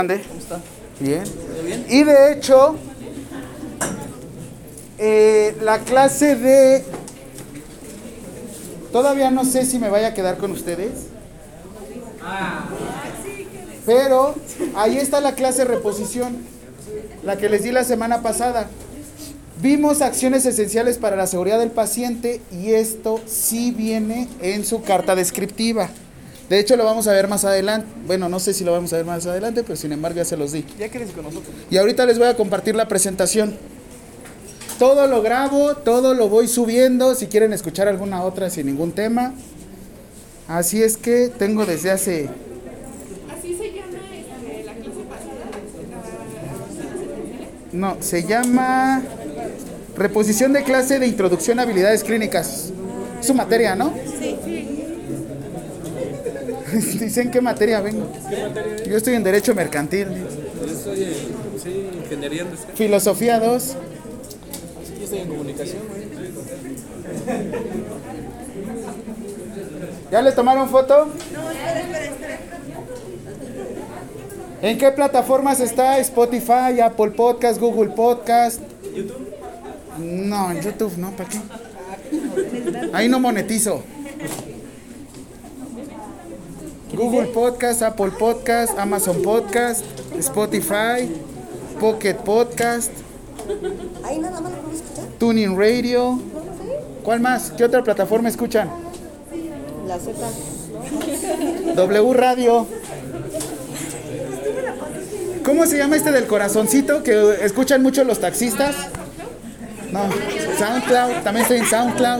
¿Cómo está? Bien. Bien. Y de hecho, la clase de... Todavía no sé si me vaya a quedar con ustedes. Pero ahí está la clase de reposición, la que les di la semana pasada. Vimos acciones esenciales para la seguridad del paciente y esto sí viene en su carta descriptiva. De hecho, lo vamos a ver más adelante. Bueno, no sé si lo vamos a ver más adelante, pero sin embargo ya se los di. Ya quédense con nosotros. Y ahorita les voy a compartir la presentación. Todo lo grabo, todo lo voy subiendo, si quieren escuchar alguna otra sin ningún tema. Así es que tengo desde hace... ¿Así se llama la clase pasada? No, se llama reposición de clase de introducción a habilidades clínicas. Es su materia, ¿no? Sí. Dicen qué materia vengo. ¿Qué materia? Yo estoy en Derecho Mercantil. Yo estoy en Ingeniería Industrial. Filosofía 2. Sí, yo estoy en Comunicación, güey. ¿Ya le tomaron foto? Espera. ¿En qué plataformas está? Spotify, Apple Podcast, Google Podcast. ¿YouTube? No, en YouTube no, ¿para qué? Ahí no monetizo. Google Podcast, Apple Podcast, Amazon Podcast, Spotify, Pocket Podcast, Ahí nada más lo puedo escuchar. Tuning Radio. ¿Cuál más? ¿Qué otra plataforma escuchan? La Z. W Radio. ¿Cómo se llama este del corazoncito que escuchan mucho los taxistas? No, SoundCloud, también estoy en SoundCloud.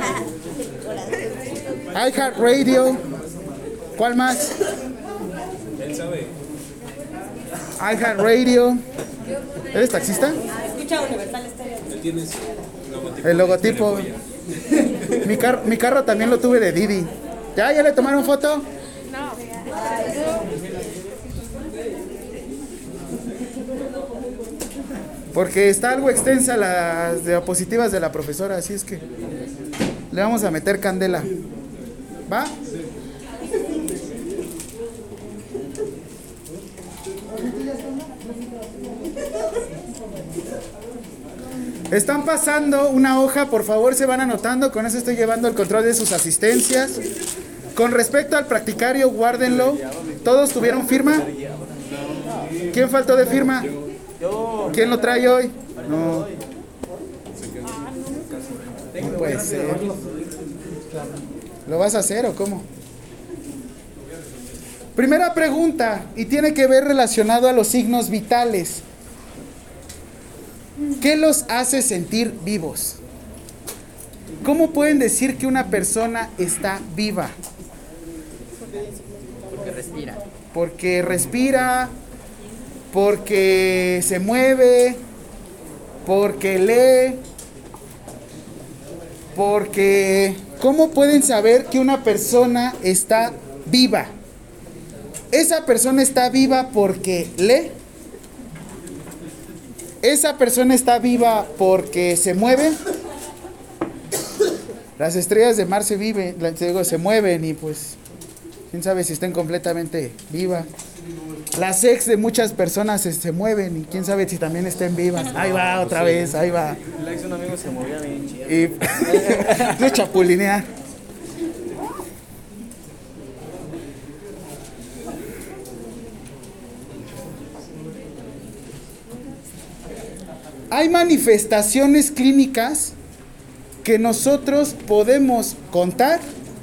iHeartRadio. ¿Cuál más? Él sabe. iHeartRadio. ¿Eres taxista? Escucha Universal Stereo. Él tiene su logotipo. El logotipo. Mi carro también lo tuve de Didi. ¿Ya le tomaron foto? No. Porque está algo extensa las diapositivas de la profesora, así es que le vamos a meter candela. ¿Va? Están pasando una hoja, por favor se van anotando, con eso estoy llevando el control de sus asistencias. Con respecto al practicario, guárdenlo. ¿Todos tuvieron firma? ¿Quién faltó de firma? ¿Quién lo trae hoy? No. No puede ser. ¿Lo vas a hacer o cómo? Primera pregunta, y tiene que ver relacionado a los signos vitales. ¿Qué los hace sentir vivos? ¿Cómo pueden decir que una persona está viva? Porque respira. Porque respira, porque se mueve, porque lee, porque... ¿Cómo pueden saber que una persona está viva? Esa persona está viva porque lee. Esa persona está viva porque se mueve. Las estrellas de mar se mueven y pues quién sabe si estén completamente vivas. Las ex de muchas personas se mueven y quién sabe si también estén vivas. Ahí va otra vez, ahí va. La ex de un amigo se movía bien chido. Y de chapulinear. Hay manifestaciones clínicas que nosotros podemos contar,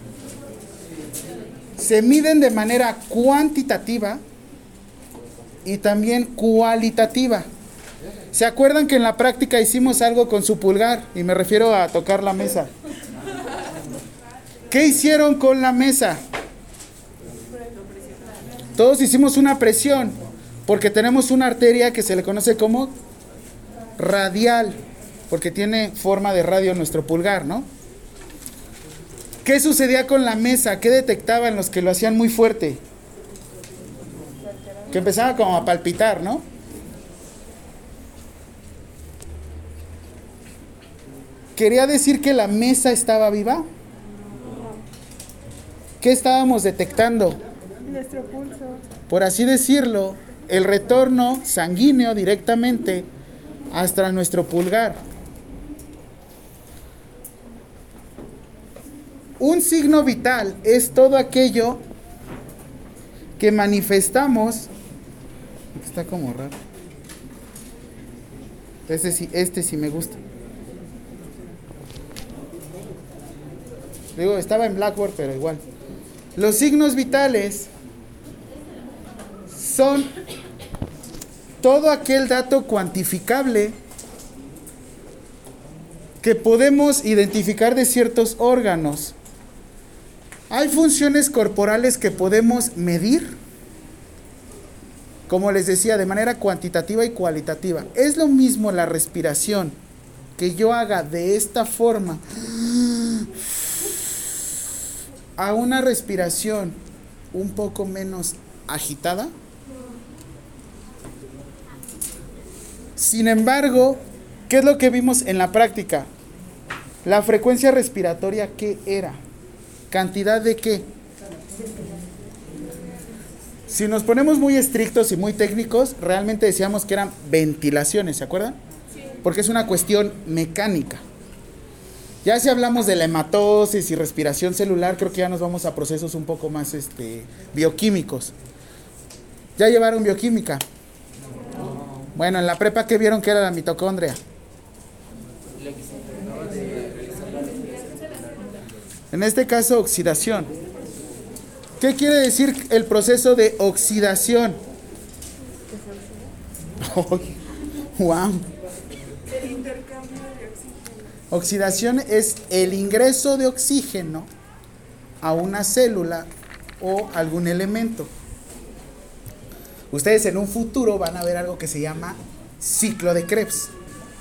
se miden de manera cuantitativa y también cualitativa. ¿Se acuerdan que en la práctica hicimos algo con su pulgar? Y me refiero a tocar la mesa. ¿Qué hicieron con la mesa? Todos hicimos una presión, porque tenemos una arteria que se le conoce como radial, porque tiene forma de radio nuestro pulgar, ¿no? ¿Qué sucedía con la mesa? ¿Qué detectaban los que lo hacían muy fuerte? Que empezaba como a palpitar, ¿no? ¿Quería decir que la mesa estaba viva? ¿Qué estábamos detectando? Nuestro pulso. Por así decirlo, el retorno sanguíneo directamente hasta nuestro pulgar. Un signo vital es todo aquello que manifestamos. Está como raro. Este sí me gusta. Digo, estaba en Blackboard, pero igual. Los signos vitales son todo aquel dato cuantificable que podemos identificar de ciertos órganos. Hay funciones corporales que podemos medir, como les decía, de manera cuantitativa y cualitativa. Es lo mismo la respiración, que yo haga de esta forma a una respiración un poco menos agitada. Sin embargo, ¿qué es lo que vimos en la práctica? La frecuencia respiratoria, ¿qué era? ¿Cantidad de qué? Si nos ponemos muy estrictos y muy técnicos, realmente decíamos que eran ventilaciones, ¿se acuerdan? Porque es una cuestión mecánica. Ya si hablamos de la hematosis y respiración celular, creo que ya nos vamos a procesos un poco más bioquímicos. ¿Ya llevaron bioquímica? Bueno, en la prepa, ¿qué vieron que era la mitocondria? En este caso, oxidación. ¿Qué quiere decir el proceso de oxidación? ¡Wow! El intercambio de oxígeno. Oxidación es el ingreso de oxígeno a una célula o algún elemento. Ustedes en un futuro van a ver algo que se llama ciclo de Krebs.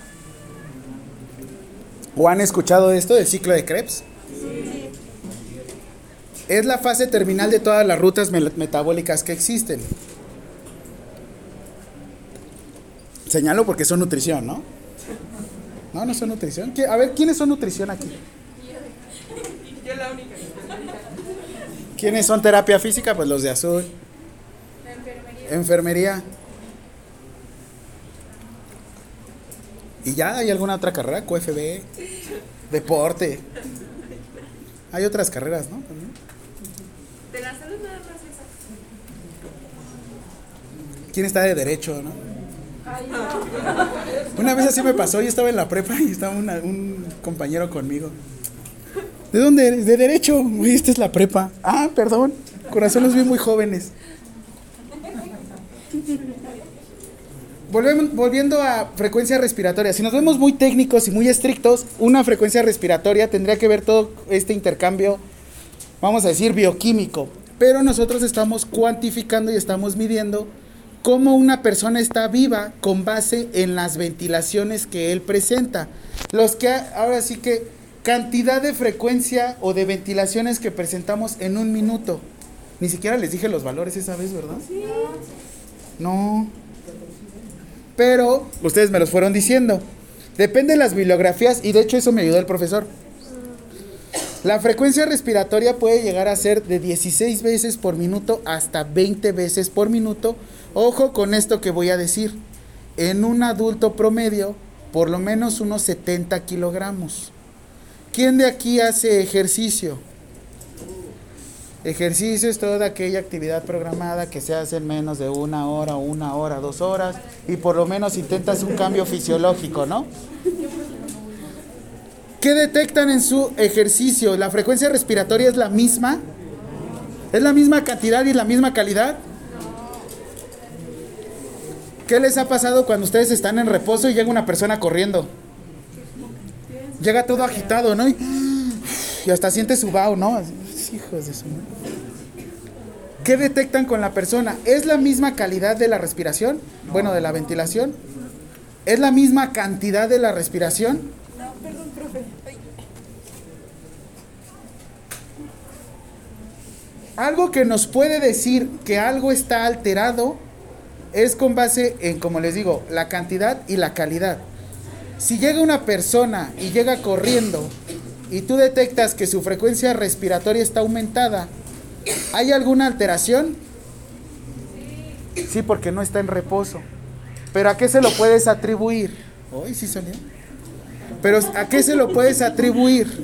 ¿O han escuchado de esto, del ciclo de Krebs? Es la fase terminal de todas las rutas metabólicas que existen. Señalo porque son nutrición, ¿no? No, no son nutrición. A ver, ¿quiénes son nutrición aquí? Yo la única. ¿Quiénes son terapia física? Pues los de azul. La enfermería. Enfermería. ¿Y ya hay alguna otra carrera? QFB, deporte. Hay otras carreras, ¿no? De la salud nada más esa. ¿Quién está de derecho, no? Ay, no. Una vez así me pasó, yo estaba en la prepa y estaba un compañero conmigo. ¿De dónde eres? De derecho. Uy, esta es la prepa. Ah, perdón. Corazón, los vi muy jóvenes. Volviendo a frecuencia respiratoria. Si nos vemos muy técnicos y muy estrictos, una frecuencia respiratoria tendría que ver todo este intercambio, vamos a decir, bioquímico. Pero nosotros estamos cuantificando y estamos midiendo cómo una persona está viva con base en las ventilaciones que él presenta. Ahora sí que cantidad de frecuencia o de ventilaciones que presentamos en un minuto. Ni siquiera les dije los valores esa vez, ¿verdad? Sí. No. Pero ustedes me los fueron diciendo. Depende de las bibliografías y de hecho eso me ayudó el profesor. La frecuencia respiratoria puede llegar a ser de 16 veces por minuto hasta 20 veces por minuto. Ojo con esto que voy a decir. En un adulto promedio, por lo menos unos 70 kilogramos. ¿Quién de aquí hace ejercicio? Ejercicio es toda aquella actividad programada que se hace en menos de 1 hora, 2 horas, y por lo menos intentas un cambio fisiológico, ¿no? ¿Qué detectan en su ejercicio? ¿La frecuencia respiratoria es la misma? ¿Es la misma cantidad y la misma calidad? ¿Qué les ha pasado cuando ustedes están en reposo y llega una persona corriendo? Llega todo agitado, ¿no? Y hasta siente su vaho, ¿no? Hijos de su madre. ¿Qué detectan con la persona? ¿Es la misma calidad de la respiración? Bueno, de la ventilación. ¿Es la misma cantidad de la respiración? No, perdón, profe. Algo que nos puede decir que algo está alterado es con base en, como les digo, la cantidad y la calidad. Si llega una persona y llega corriendo y tú detectas que su frecuencia respiratoria está aumentada, ¿hay alguna alteración? Sí, porque no está en reposo. Pero ¿a qué se lo puedes atribuir? Hoy sí salió. Pero ¿a qué se lo puedes atribuir?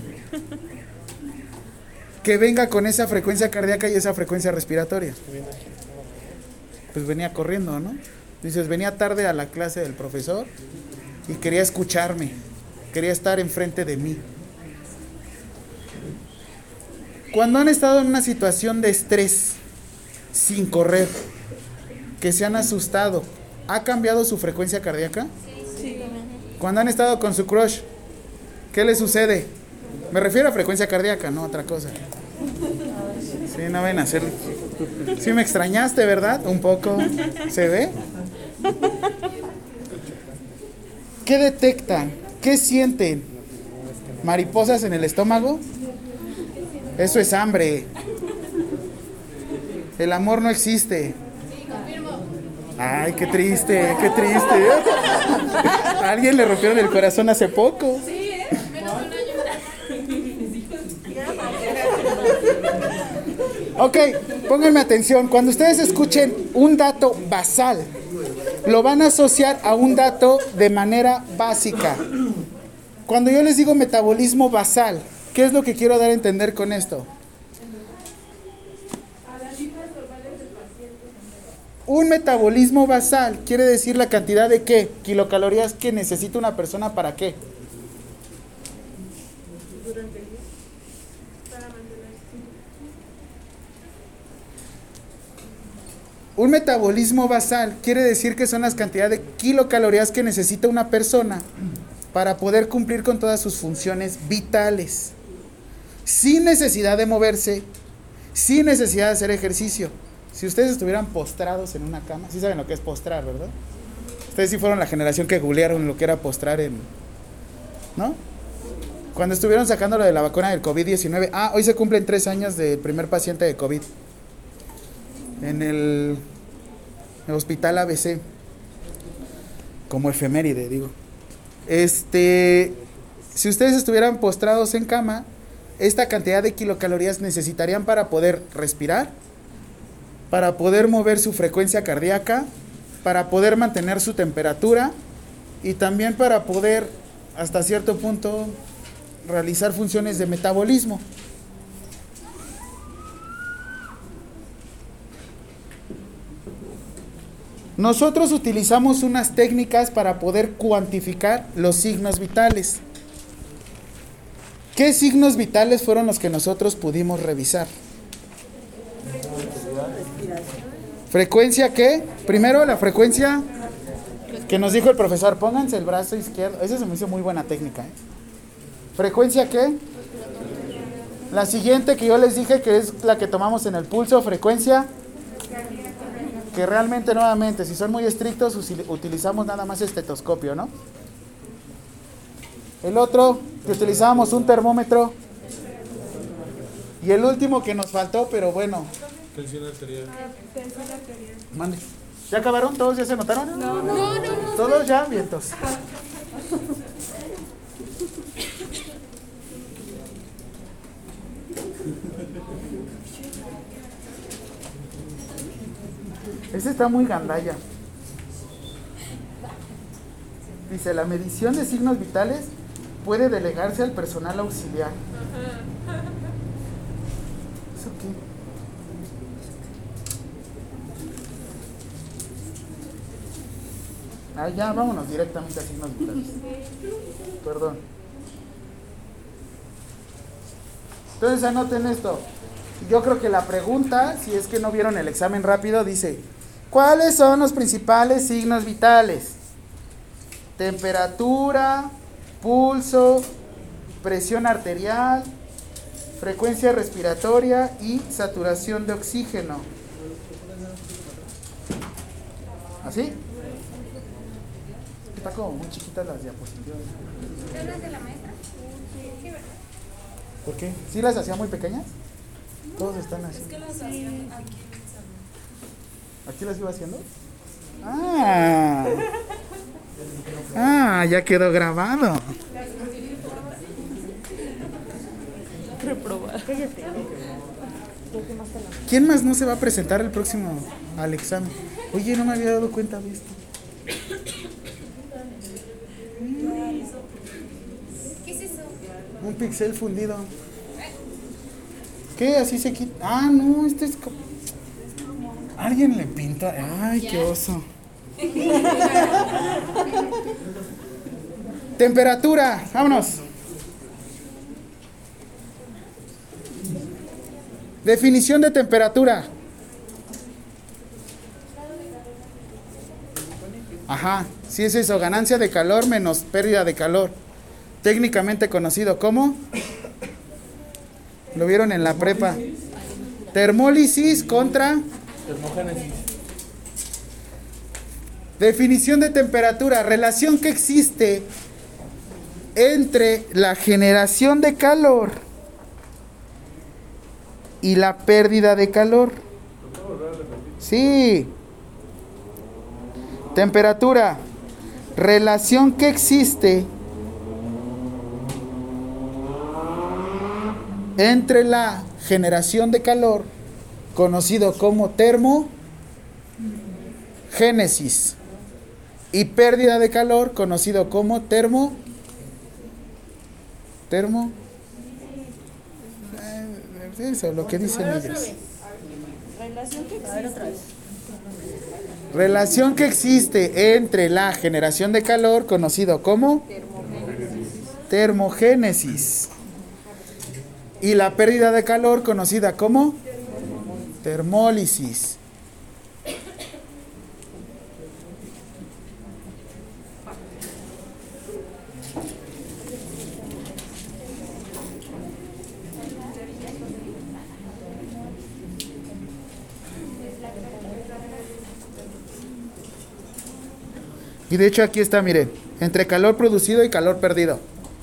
Que venga con esa frecuencia cardíaca y esa frecuencia respiratoria. Pues venía corriendo, ¿no? Dices, venía tarde a la clase del profesor y quería escucharme, quería estar enfrente de mí. Cuando han estado en una situación de estrés, sin correr, que se han asustado, ¿ha cambiado su frecuencia cardíaca? Sí. Cuando han estado con su crush, ¿qué le sucede? Me refiero a frecuencia cardíaca, no a otra cosa. Sí, no ven a hacer. Sí me extrañaste, ¿verdad? Un poco. ¿Se ve? ¿Qué detectan? ¿Qué sienten? ¿Mariposas en el estómago? Eso es hambre. El amor no existe. Ay, qué triste, qué triste. A alguien le rompieron el corazón hace poco. Ok, pónganme atención. Cuando ustedes escuchen un dato basal, lo van a asociar a un dato de manera básica. Cuando yo les digo metabolismo basal, ¿qué es lo que quiero dar a entender con esto? Un metabolismo basal quiere decir la cantidad de ¿qué? Kilocalorías que necesita una persona para ¿qué? Un metabolismo basal quiere decir que son las cantidades de kilocalorías que necesita una persona para poder cumplir con todas sus funciones vitales, sin necesidad de moverse, sin necesidad de hacer ejercicio. Si ustedes estuvieran postrados en una cama, sí saben lo que es postrar, ¿verdad? Ustedes sí fueron la generación que googlearon lo que era postrar ¿no? Cuando estuvieron sacando lo de la vacuna del COVID-19, hoy se cumplen 3 años del primer paciente de COVID en el hospital ABC, como efeméride, digo. Si ustedes estuvieran postrados en cama, esta cantidad de kilocalorías necesitarían para poder respirar, para poder mover su frecuencia cardíaca, para poder mantener su temperatura y también para poder, hasta cierto punto, realizar funciones de metabolismo. Nosotros utilizamos unas técnicas para poder cuantificar los signos vitales. ¿Qué signos vitales fueron los que nosotros pudimos revisar? ¿Frecuencia qué? Primero la frecuencia que nos dijo el profesor, pónganse el brazo izquierdo. Esa se me hizo muy buena técnica, ¿eh? ¿Frecuencia qué? La siguiente que yo les dije que es la que tomamos en el pulso, frecuencia que realmente nuevamente, si son muy estrictos, utilizamos nada más estetoscopio, ¿no? El otro, que utilizábamos un termómetro. Y el último que nos faltó, pero bueno. Tensión arterial. Mande. ¿Ya acabaron? ¿Todos ya se notaron? No. ¿Todos ya? Vientos. Ese está muy gandalla. Dice, la medición de signos vitales puede delegarse al personal auxiliar. ¿Eso qué? Ya, vámonos directamente a signos vitales. Perdón. Entonces anoten esto. Yo creo que la pregunta, si es que no vieron el examen rápido, dice, ¿cuáles son los principales signos vitales? Temperatura, pulso, presión arterial, frecuencia respiratoria y saturación de oxígeno. ¿Así? Está como muy chiquitas las diapositivas. ¿Hablas de la maestra? Sí, ¿verdad? ¿Por qué? ¿Sí las hacía muy pequeñas? Todos están así. Es que las hacían aquí. ¿Aquí las iba haciendo? Ya quedó grabado. Reprobar. ¿Quién más no se va a presentar el próximo al examen? Oye, no me había dado cuenta de esto. ¿Qué es eso? Un pixel fundido. ¿Qué? Así se quita. Ah, no, este es como... Alguien le pinta. Ay, qué oso. Temperatura, vámonos. Definición de temperatura. Ajá, sí es eso, ganancia de calor menos pérdida de calor. Técnicamente conocido como... Lo vieron en la prepa. Termólisis contra... Termogénesis. Definición de temperatura, relación que existe entre la generación de calor y la pérdida de calor. Sí. Temperatura, relación que existe entre la generación de calor, conocido como termogénesis, y pérdida de calor, conocido como eso, lo que dicen ellos. Relación que existe entre la generación de calor, conocido como termogénesis, y la pérdida de calor, conocida como termólisis. Y de hecho aquí está, miren, entre calor producido y calor perdido.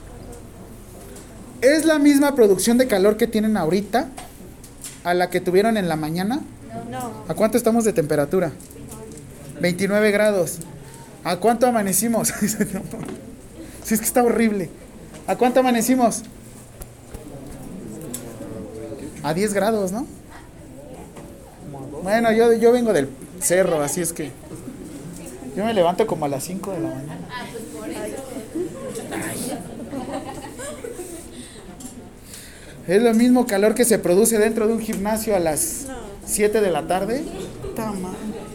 ¿Es la misma producción de calor que tienen ahorita a la que tuvieron en la mañana? No. ¿A cuánto estamos de temperatura? 29 grados. ¿A cuánto amanecimos? Si es que está horrible. ¿A cuánto amanecimos? A 10 grados, ¿no? Bueno, yo vengo del cerro, así es que yo me levanto como a las 5 de la mañana. Es lo mismo calor que se produce dentro de un gimnasio a las 7 de la tarde. Está mal.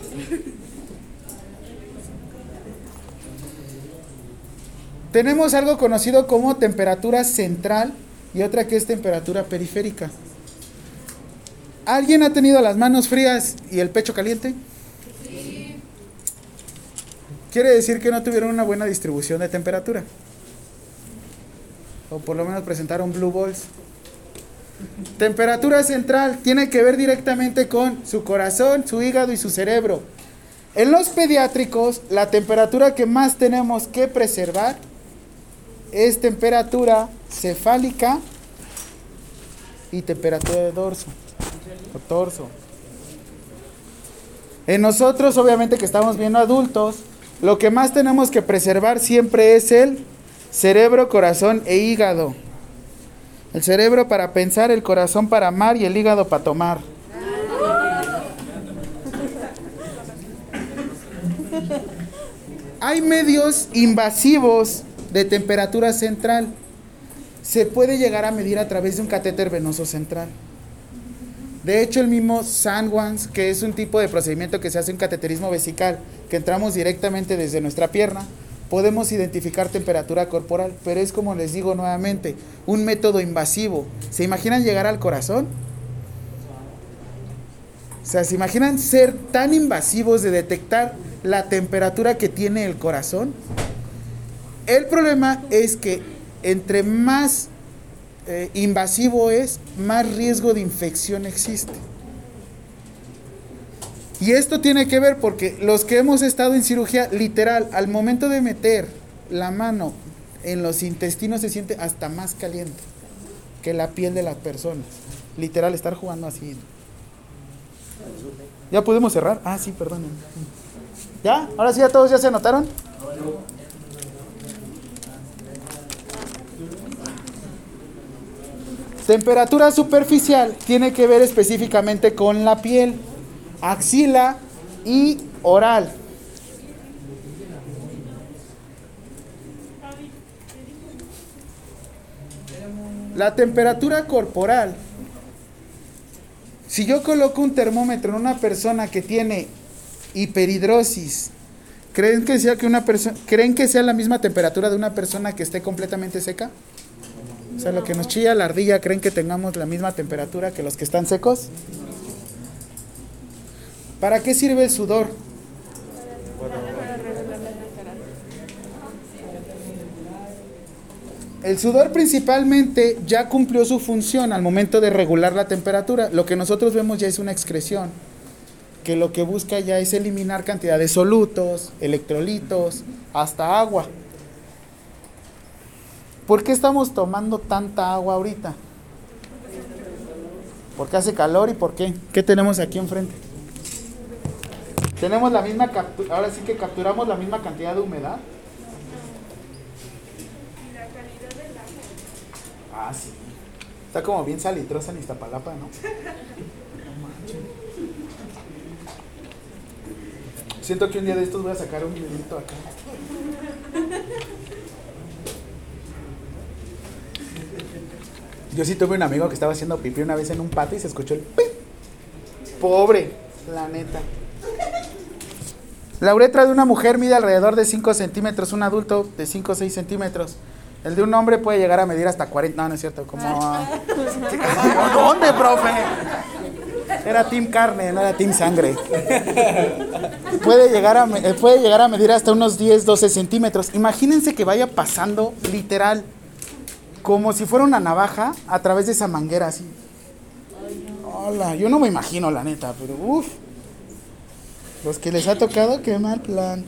Tenemos algo conocido como temperatura central y otra que es temperatura periférica. ¿Alguien ha tenido las manos frías y el pecho caliente? Sí. Quiere decir que no tuvieron una buena distribución de temperatura. O por lo menos presentaron blue balls. Temperatura central tiene que ver directamente con su corazón, su hígado y su cerebro. En los pediátricos, la temperatura que más tenemos que preservar es temperatura cefálica y temperatura de dorso o torso. En nosotros, obviamente que estamos viendo adultos, lo que más tenemos que preservar siempre es el cerebro, corazón e hígado. El cerebro para pensar, el corazón para amar y el hígado para tomar. Hay medios invasivos de temperatura central. Se puede llegar a medir a través de un catéter venoso central. De hecho, el mismo Sandwans, que es un tipo de procedimiento que se hace en cateterismo vesical, que entramos directamente desde nuestra pierna, podemos identificar temperatura corporal, pero es como les digo nuevamente, un método invasivo. ¿Se imaginan llegar al corazón? O sea, ¿se imaginan ser tan invasivos de detectar la temperatura que tiene el corazón? El problema es que entre más invasivo es, más riesgo de infección existe. Y esto tiene que ver porque los que hemos estado en cirugía, literal, al momento de meter la mano en los intestinos se siente hasta más caliente que la piel de las personas. Literal, estar jugando así. ¿Ya podemos cerrar? Ah, sí, perdonen. ¿Ya? ¿Ahora sí ya todos ya se anotaron? Temperatura superficial tiene que ver específicamente con la piel, axila y oral. La temperatura corporal. Si yo coloco un termómetro en una persona que tiene hiperhidrosis, ¿creen que sea la misma temperatura de una persona que esté completamente seca? O sea, lo que nos chilla la ardilla, ¿creen que tengamos la misma temperatura que los que están secos? ¿Para qué sirve el sudor? El sudor principalmente ya cumplió su función al momento de regular la temperatura. Lo que nosotros vemos ya es una excreción, que lo que busca ya es eliminar cantidad de solutos, electrolitos, hasta agua. ¿Por qué estamos tomando tanta agua ahorita? Porque hace calor y ¿por qué? ¿Qué tenemos aquí enfrente? Tenemos la misma captura, ahora sí que capturamos la misma cantidad de humedad. Ah, sí. Está como bien salitrosa en Iztapalapa, ¿no? Siento que un día de estos voy a sacar un videito acá. Yo sí tuve un amigo que estaba haciendo pipí una vez en un patio y se escuchó el ¡pim! Pobre, la neta. La uretra de una mujer mide alrededor de 5 centímetros, un adulto de 5 o 6 centímetros. El de un hombre puede llegar a medir hasta 40. No, no es cierto, como... ¿Dónde, profe? Era team carne, no era team sangre. Puede llegar a medir hasta unos 10, 12 centímetros. Imagínense que vaya pasando, literal, como si fuera una navaja a través de esa manguera así. Hola, yo no me imagino, la neta, pero uff. Los que les ha tocado, qué mal plan.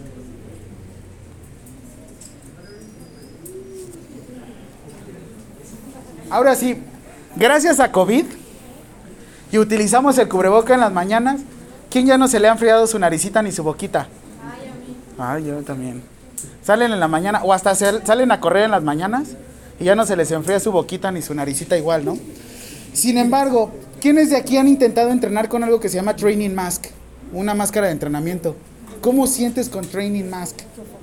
Ahora sí, gracias a COVID y utilizamos el cubreboca en las mañanas, ¿quién ya no se le ha enfriado su naricita ni su boquita? Ay, a mí. Ay, yo también. Salen en la mañana o hasta salen a correr en las mañanas y ya no se les enfría su boquita ni su naricita igual, ¿no? Sin embargo, ¿quiénes de aquí han intentado entrenar con algo que se llama training mask? Una máscara de entrenamiento. ¿Cómo sientes con training mask?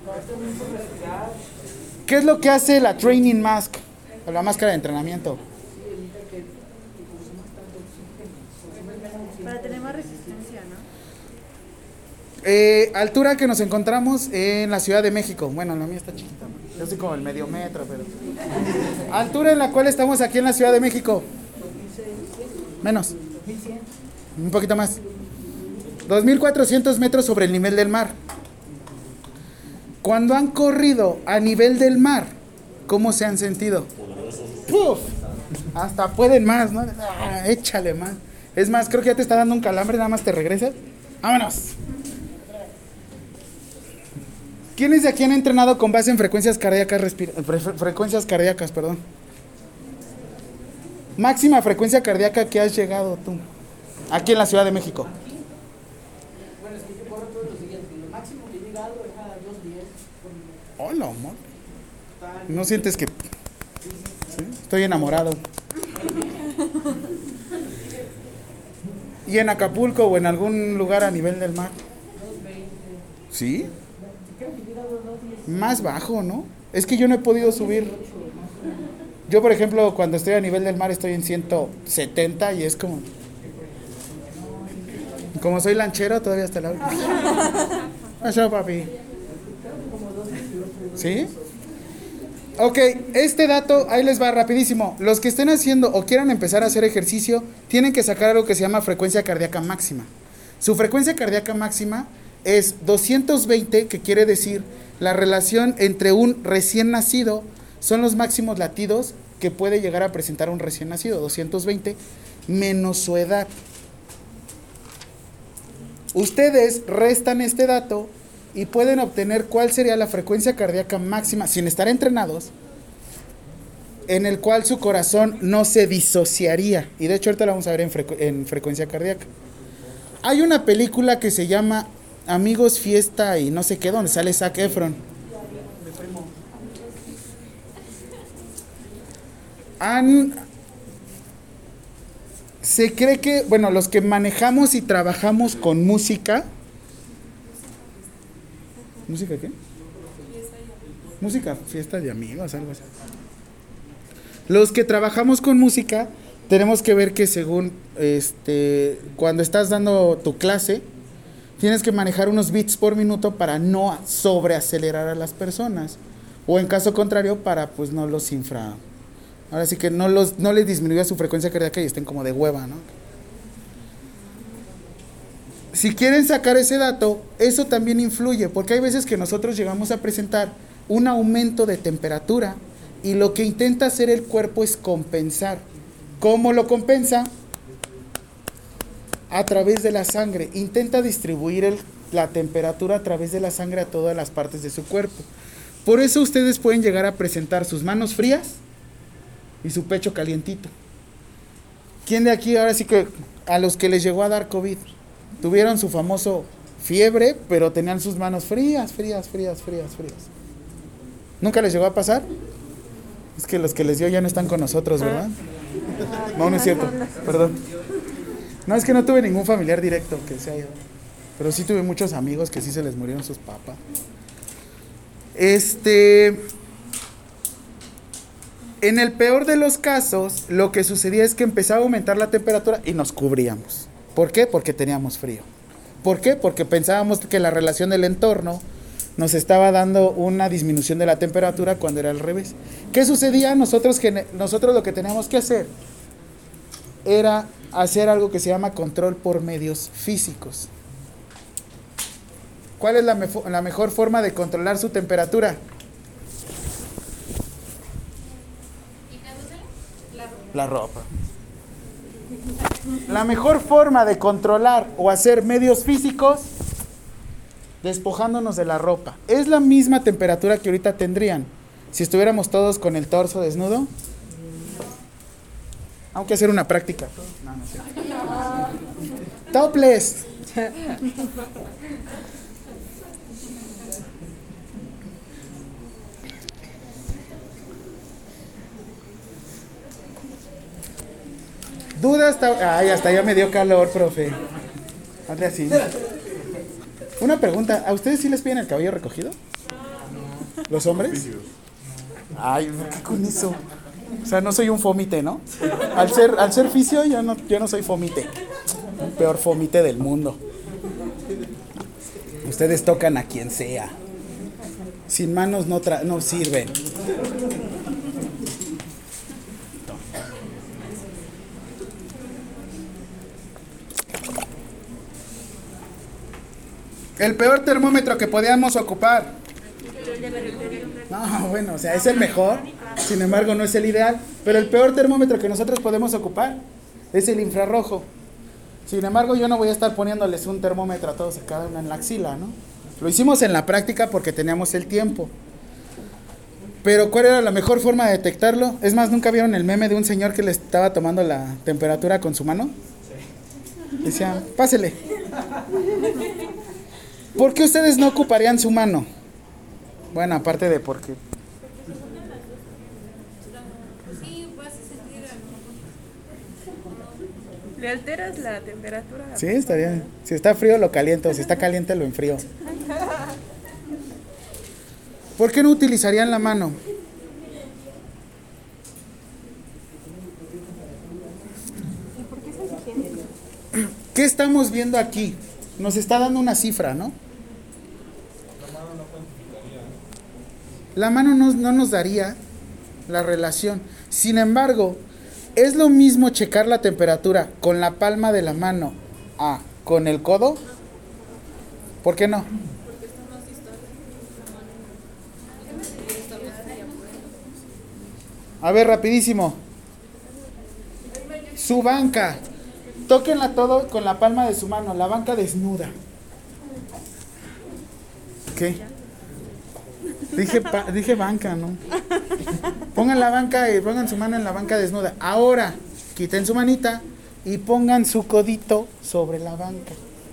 ¿Qué es lo que hace la training mask? O la máscara de entrenamiento. Para tener más resistencia, ¿no? Altura que nos encontramos en la Ciudad de México. Bueno, la mía está chiquita. Yo soy como el medio metro, pero... Altura en la cual estamos aquí en la Ciudad de México. Menos. Un poquito más. 2.400 metros sobre el nivel del mar. Cuando han corrido a nivel del mar, ¿cómo se han sentido? ¡Puf! Hasta pueden más, ¿no? Échale más. Es más, creo que ya te está dando un calambre, nada más te regresas. ¡Vámonos! ¿Quiénes de aquí han entrenado con base en frecuencias cardíacas? Frecuencias cardíacas, perdón. Máxima frecuencia cardíaca que has llegado tú, aquí en la Ciudad de México. Bueno, es que yo corro todos los días. Lo máximo que he llegado es a 210. Hola, amor. ¿No sientes que... ¿Sí? Estoy enamorado? ¿Y en Acapulco o en algún lugar a nivel del mar? 220. ¿Sí? Creo que he llegado a 210. Más bajo, ¿no? Es que yo no he podido subir. Yo, por ejemplo, cuando estoy a nivel del mar estoy en 170 y es como... Como soy lanchero, todavía hasta la... Eso, papi. ¿Sí? Ok, este dato, ahí les va rapidísimo. Los que estén haciendo o quieran empezar a hacer ejercicio, tienen que sacar algo que se llama frecuencia cardíaca máxima. Su frecuencia cardíaca máxima es 220, que quiere decir la relación entre un recién nacido, son los máximos latidos que puede llegar a presentar un recién nacido, 220, menos su edad. Ustedes restan este dato y pueden obtener cuál sería la frecuencia cardíaca máxima, sin estar entrenados, en el cual su corazón no se disociaría. Y de hecho ahorita la vamos a ver en frecuencia cardíaca. Hay una película que se llama Amigos, Fiesta y no sé qué, donde sale Zac Efron. Se cree que, bueno, los que manejamos y trabajamos con música, ¿Música qué? Música, fiesta de amigos, algo así. Los que trabajamos con música tenemos que ver que según cuando estás dando tu clase, tienes que manejar unos beats por minuto para no sobreacelerar a las personas. O en caso contrario, para pues no los ahora sí que no les disminuya su frecuencia cardíaca y estén como de hueva, ¿no? Si quieren sacar ese dato, eso también influye, porque hay veces que nosotros llegamos a presentar un aumento de temperatura y lo que intenta hacer el cuerpo es compensar. ¿Cómo lo compensa? A través de la sangre. Intenta distribuir la temperatura a través de la sangre a todas las partes de su cuerpo. Por eso ustedes pueden llegar a presentar sus manos frías y su pecho calientito. ¿Quién de aquí ahora sí que a los que les llegó a dar COVID tuvieron su famoso fiebre, pero tenían sus manos frías? ¿Nunca les llegó a pasar? Es que los que les dio ya no están con nosotros, ¿verdad? No, no es cierto, perdón. No, es que no tuve ningún familiar directo que se haya... Pero sí tuve muchos amigos que sí se les murieron sus papás. En el peor de los casos, lo que sucedía es que empezaba a aumentar la temperatura y nos cubríamos. ¿Por qué? Porque teníamos frío. ¿Por qué? Porque pensábamos que la relación del entorno nos estaba dando una disminución de la temperatura cuando era al revés. ¿Qué sucedía? Nosotros lo que teníamos que hacer era hacer algo que se llama control por medios físicos. ¿Cuál es la mejor forma de controlar su temperatura? La ropa. La mejor forma de controlar o hacer medios físicos, despojándonos de la ropa. ¿Es la misma temperatura que ahorita tendrían si estuviéramos todos con el torso desnudo? Aunque hacer una práctica. No sé. Topless. Duda hasta... Ay, hasta ya me dio calor, profe. Hazle así. Una pregunta, ¿a ustedes sí les piden el cabello recogido? ¿Los hombres? Ay, ¿qué con eso? O sea, no soy un fomite, ¿no? Al ser fisio, yo no soy fomite. El peor fomite del mundo. Ustedes tocan a quien sea. Sin manos no sirven. El peor termómetro que podíamos ocupar. No, bueno, o sea, es el mejor. Sin embargo, no es el ideal. Pero el peor termómetro que nosotros podemos ocupar es el infrarrojo. Sin embargo, yo no voy a estar poniéndoles un termómetro a todos, cada uno en la axila, ¿no? Lo hicimos en la práctica porque teníamos el tiempo. Pero ¿cuál era la mejor forma de detectarlo? Es más, ¿nunca vieron el meme de un señor que le estaba tomando la temperatura con su mano? Decía, pásele. ¿Por qué ustedes no ocuparían su mano? Bueno, aparte de porque... Sí, vas a sentir algo. ¿Le alteras la temperatura? Sí, estaría... Si está frío lo caliento, si está caliente lo enfrío. ¿Por qué no utilizarían la mano? ¿Qué estamos viendo aquí? Nos está dando una cifra, ¿no? La mano no nos daría la relación. Sin embargo, ¿es lo mismo checar la temperatura con la palma de la mano a con el codo? ¿Por qué no? A ver, rapidísimo. Su banca. Tóquenla todo con la palma de su mano, la banca desnuda. ¿Qué? Dije banca, ¿no? Pongan la banca y pongan su mano en la banca desnuda. Ahora, quiten su manita y pongan su codito sobre la banca.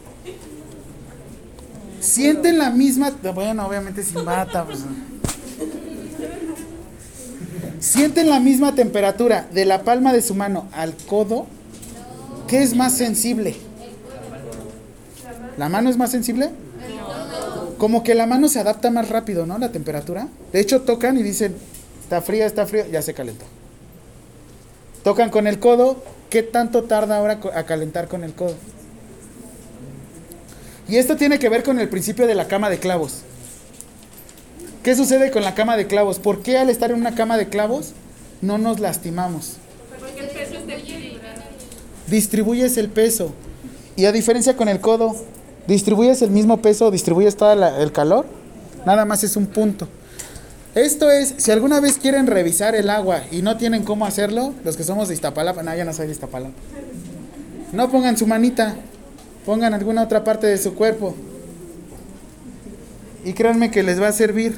Sienten la misma... Bueno, obviamente sin bata, pues. Sienten la misma temperatura de la palma de su mano al codo. ¿Qué es más sensible? ¿La mano es más sensible? como que la mano se adapta más rápido, ¿no? La temperatura. De hecho, tocan y dicen, está fría, ya se calentó. Tocan con el codo, ¿qué tanto tarda ahora a calentar con el codo? Y esto tiene que ver con el principio de la cama de clavos. ¿Qué sucede con la cama de clavos? ¿Por qué al estar en una cama de clavos no nos lastimamos? Porque el peso está equilibrado. Distribuyes el peso. Y a diferencia con el codo, ¿distribuyes el mismo peso o distribuyes todo el calor? Nada más es un punto. Esto es, si alguna vez quieren revisar el agua y no tienen cómo hacerlo, los que somos de Iztapalapa, no, yo no soy de Iztapalapa. No pongan su manita, pongan alguna otra parte de su cuerpo. Y créanme que les va a servir.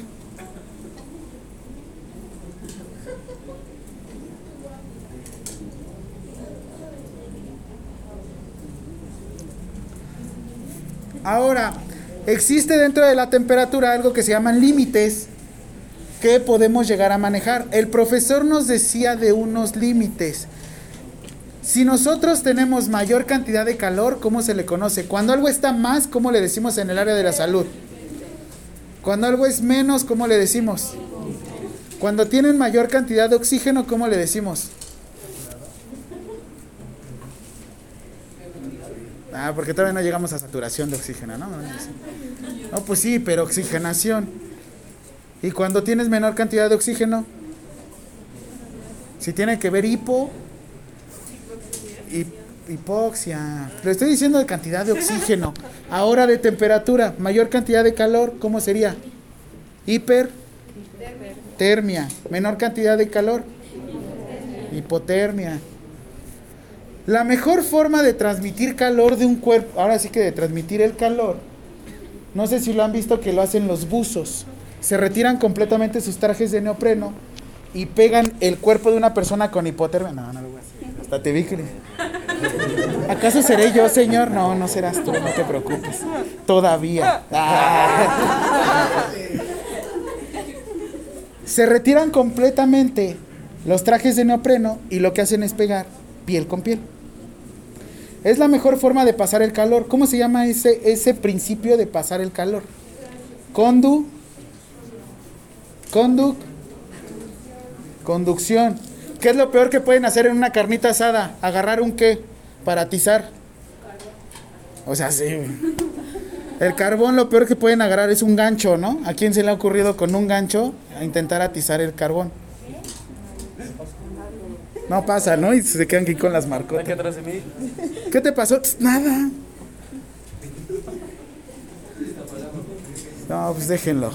Ahora, existe dentro de la temperatura algo que se llaman límites que podemos llegar a manejar. El profesor nos decía de unos límites. Si nosotros tenemos mayor cantidad de calor, ¿cómo se le conoce? Cuando algo está más, ¿cómo le decimos en el área de la salud? Cuando algo es menos, ¿cómo le decimos? Cuando tienen mayor cantidad de oxígeno, ¿cómo le decimos? Porque todavía no llegamos a saturación de oxígeno, ¿no? No, pues sí, pero oxigenación. Y cuando tienes menor cantidad de oxígeno, si tiene que ver hipoxia. Le estoy diciendo de cantidad de oxígeno. Ahora de temperatura, mayor cantidad de calor, ¿cómo sería? Hipertermia. Menor cantidad de calor, hipotermia. La mejor forma de transmitir calor de un cuerpo, ahora sí que de transmitir el calor, no sé si lo han visto que lo hacen los buzos. Se retiran completamente sus trajes de neopreno y pegan el cuerpo de una persona con hipotermia. No lo voy a hacer. Hasta te vi que... ¿Acaso seré yo, señor? No, no serás tú, no te preocupes. Todavía. Se retiran completamente los trajes de neopreno y lo que hacen es pegar piel con piel. Es la mejor forma de pasar el calor. ¿Cómo se llama ese principio de pasar el calor? Conducción. ¿Qué es lo peor que pueden hacer en una carnita asada? Agarrar un qué para atizar. O sea, sí. El carbón, lo peor que pueden agarrar es un gancho, ¿no? ¿A quién se le ha ocurrido con un gancho a intentar atizar el carbón? No pasa, ¿no? Y se quedan aquí con las marcotas. ¿Qué atrás de mí? ¿Qué te pasó? Nada. No, pues déjenlo.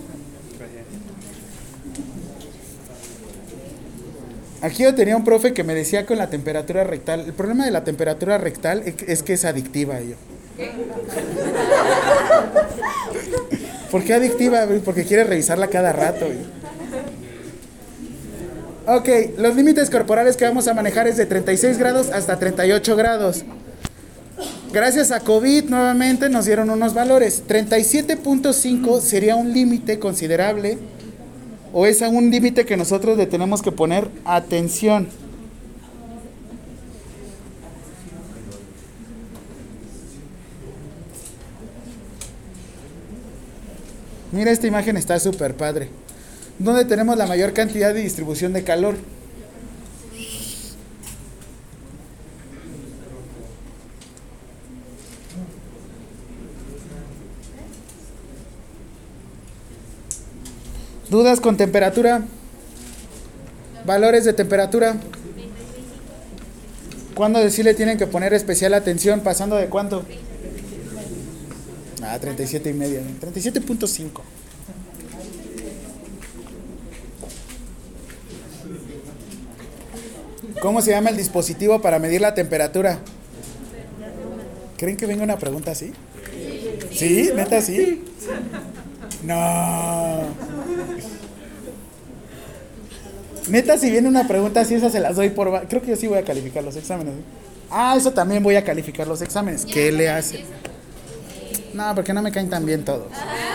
Aquí yo tenía un profe que me decía con la temperatura rectal. El problema de la temperatura rectal es que es adictiva. Yo. ¿Por qué adictiva? Porque quiere revisarla cada rato. Ok, los límites corporales que vamos a manejar es de 36 grados hasta 38 grados. Gracias a COVID nuevamente nos dieron unos valores. 37.5 sería un límite considerable, o es un límite que nosotros le tenemos que poner atención. Mira, esta imagen está súper padre. ¿Dónde tenemos la mayor cantidad de distribución de calor? ¿Dudas con temperatura? ¿Valores de temperatura? ¿Cuándo decirle tienen que poner especial atención? ¿Pasando de cuánto? 37 y medio. 37.5. ¿Cómo se llama el dispositivo para medir la temperatura? ¿Creen que venga una pregunta así? ¿Sí? ¿Neta sí? No. Neta, si viene una pregunta así, esa se las doy por... Creo que yo sí voy a calificar los exámenes. Eso también voy a calificar los exámenes. ¿Qué le hace? No, porque no me caen tan bien todos.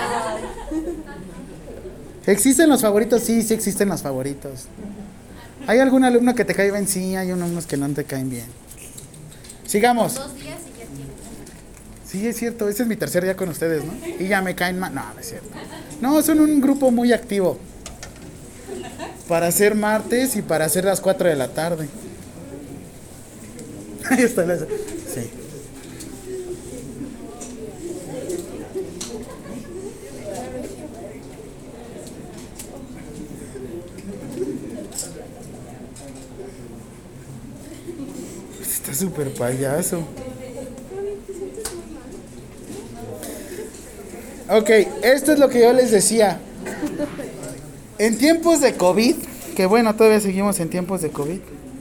¿Existen los favoritos? Sí existen los favoritos. ¿Hay algún alumno que te cae bien? Sí, hay unos que no te caen bien. Sigamos. 2 días y ya tiene. Sí, es cierto, este es mi tercer día con ustedes, ¿no? Y ya me caen mal. No, no es cierto. No, son un grupo muy activo. Para hacer martes y para hacer las 4 de la tarde. Ahí está la... Sí. Está súper payaso. Ok, esto es lo que yo les decía. En tiempos de COVID, que bueno, todavía seguimos en tiempos de COVID.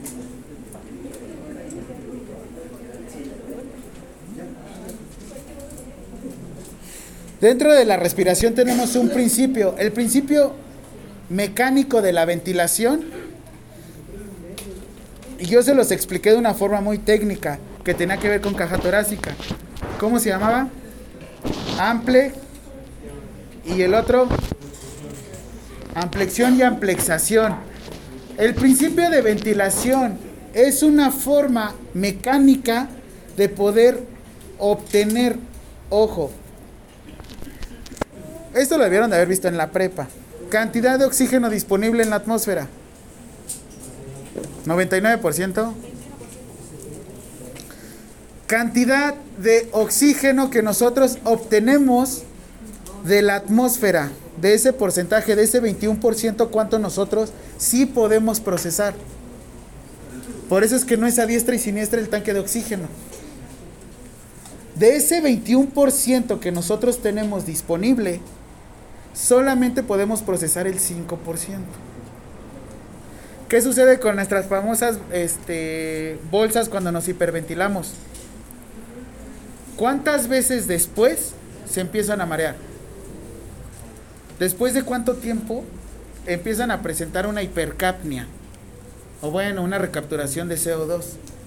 Dentro de la respiración tenemos un principio, el principio mecánico de la ventilación. Y yo se los expliqué de una forma muy técnica, que tenía que ver con caja torácica. ¿Cómo se llamaba? Ample. Y el otro, amplexión y amplexación. El principio de ventilación es una forma mecánica de poder obtener, ojo, esto lo debieron de haber visto en la prepa, cantidad de oxígeno disponible en la atmósfera. 99%. Cantidad de oxígeno que nosotros obtenemos de la atmósfera, de ese porcentaje, de ese 21%, cuánto nosotros sí podemos procesar. Por eso es que no es a diestra y siniestra el tanque de oxígeno. De ese 21% que nosotros tenemos disponible, solamente podemos procesar el 5%. ¿Qué sucede con nuestras famosas bolsas cuando nos hiperventilamos? ¿Cuántas veces después se empiezan a marear? ¿Después de cuánto tiempo empiezan a presentar una hipercapnia? O bueno, una recapturación de CO2.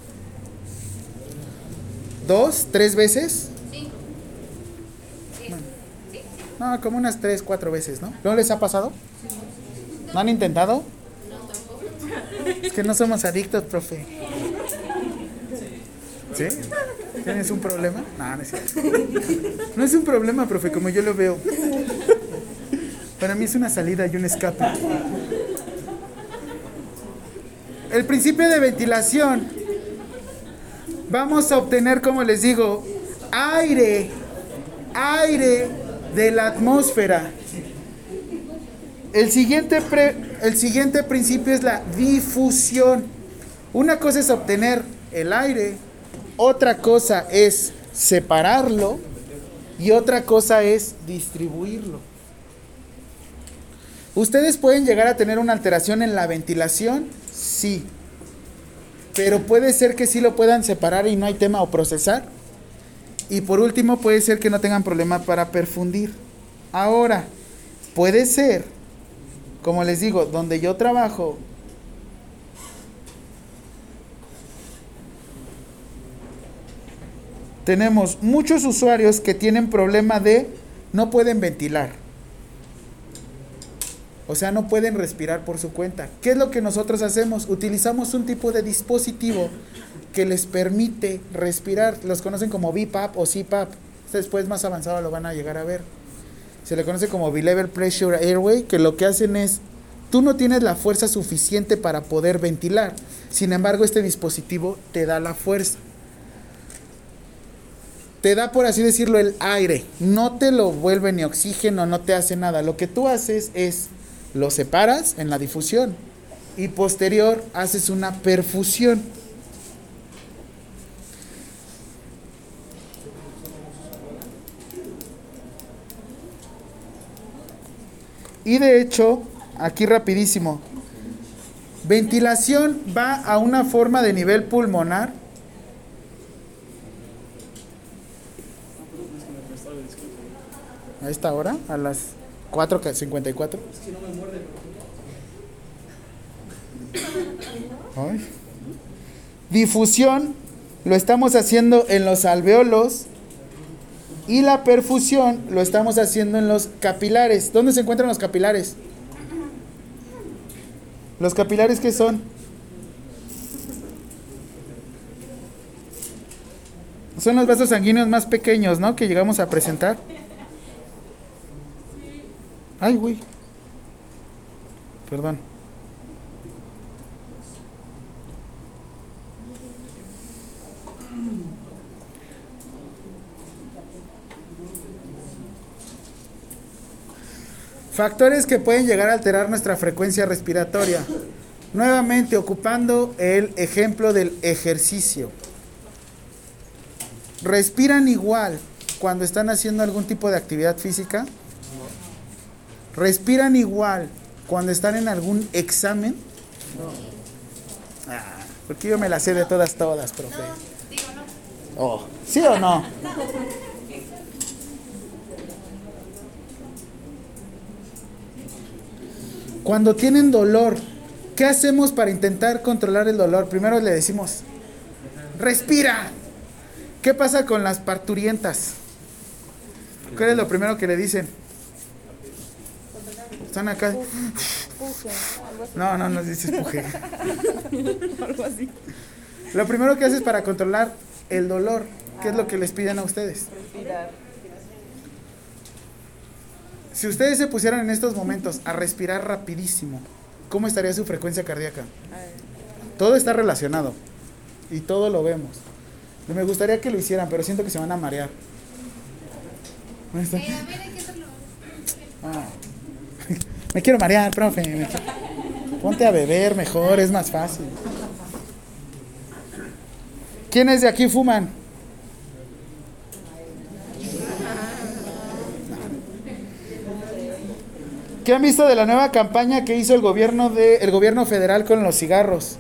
¿2, 3 veces? Sí. Bueno, no, como unas 3, 4 veces, ¿no? ¿No les ha pasado? ¿No han intentado? Es que no somos adictos, profe. ¿Sí? ¿Tienes un problema? No, no es cierto. No es un problema, profe, como yo lo veo. Para mí es una salida y un escape. El principio de ventilación. Vamos a obtener, como les digo, aire de la atmósfera. El siguiente principio es la difusión. Una cosa es obtener el aire, otra cosa es separarlo y otra cosa es distribuirlo. ¿Ustedes pueden llegar a tener una alteración en la ventilación? Sí. Pero puede ser que sí lo puedan separar y no hay tema o procesar. Y por último, puede ser que no tengan problema para perfundir. Ahora, puede ser, como les digo, donde yo trabajo, tenemos muchos usuarios que tienen problema de no pueden ventilar. O sea, no pueden respirar por su cuenta. ¿Qué es lo que nosotros hacemos? Utilizamos un tipo de dispositivo que les permite respirar. Los conocen como BiPAP o CPAP. Después más avanzado lo van a llegar a ver. Se le conoce como Bilevel Pressure Airway, que lo que hacen es, tú no tienes la fuerza suficiente para poder ventilar. Sin embargo, este dispositivo te da la fuerza. Te da, por así decirlo, el aire. No te lo vuelve ni oxígeno, no te hace nada. Lo que tú haces es, lo separas en la difusión y posterior haces una perfusión. Y de hecho, aquí rapidísimo, ventilación va a una forma de nivel pulmonar. A esta hora, a las 4:54. Ay. Difusión lo estamos haciendo en los alveolos y la perfusión lo estamos haciendo en los capilares. ¿Dónde se encuentran los capilares? ¿Los capilares qué son? Son los vasos sanguíneos más pequeños, ¿no? Que llegamos a presentar. Ay, güey. Perdón. Factores que pueden llegar a alterar nuestra frecuencia respiratoria. Nuevamente, ocupando el ejemplo del ejercicio. ¿Respiran igual cuando están haciendo algún tipo de actividad física? ¿Respiran igual cuando están en algún examen? Porque yo me la sé de todas, profe. Oh, ¿sí o no? Cuando tienen dolor, ¿qué hacemos para intentar controlar el dolor? Primero le decimos, respira. ¿Qué pasa con las parturientas? ¿Qué es lo primero que le dicen? Están acá. No les dices puje. Algo así. Lo primero que haces para controlar el dolor, ¿qué es lo que les piden a ustedes? Respirar. Si ustedes se pusieran en estos momentos a respirar rapidísimo, ¿cómo estaría su frecuencia cardíaca? Todo está relacionado y todo lo vemos. Me gustaría que lo hicieran, pero siento que se van a marear. ¿Dónde está? Me quiero marear, profe. Ponte a beber mejor, es más fácil. ¿Quiénes de aquí fuman? ¿Qué han visto de la nueva campaña que hizo el gobierno federal con los cigarros?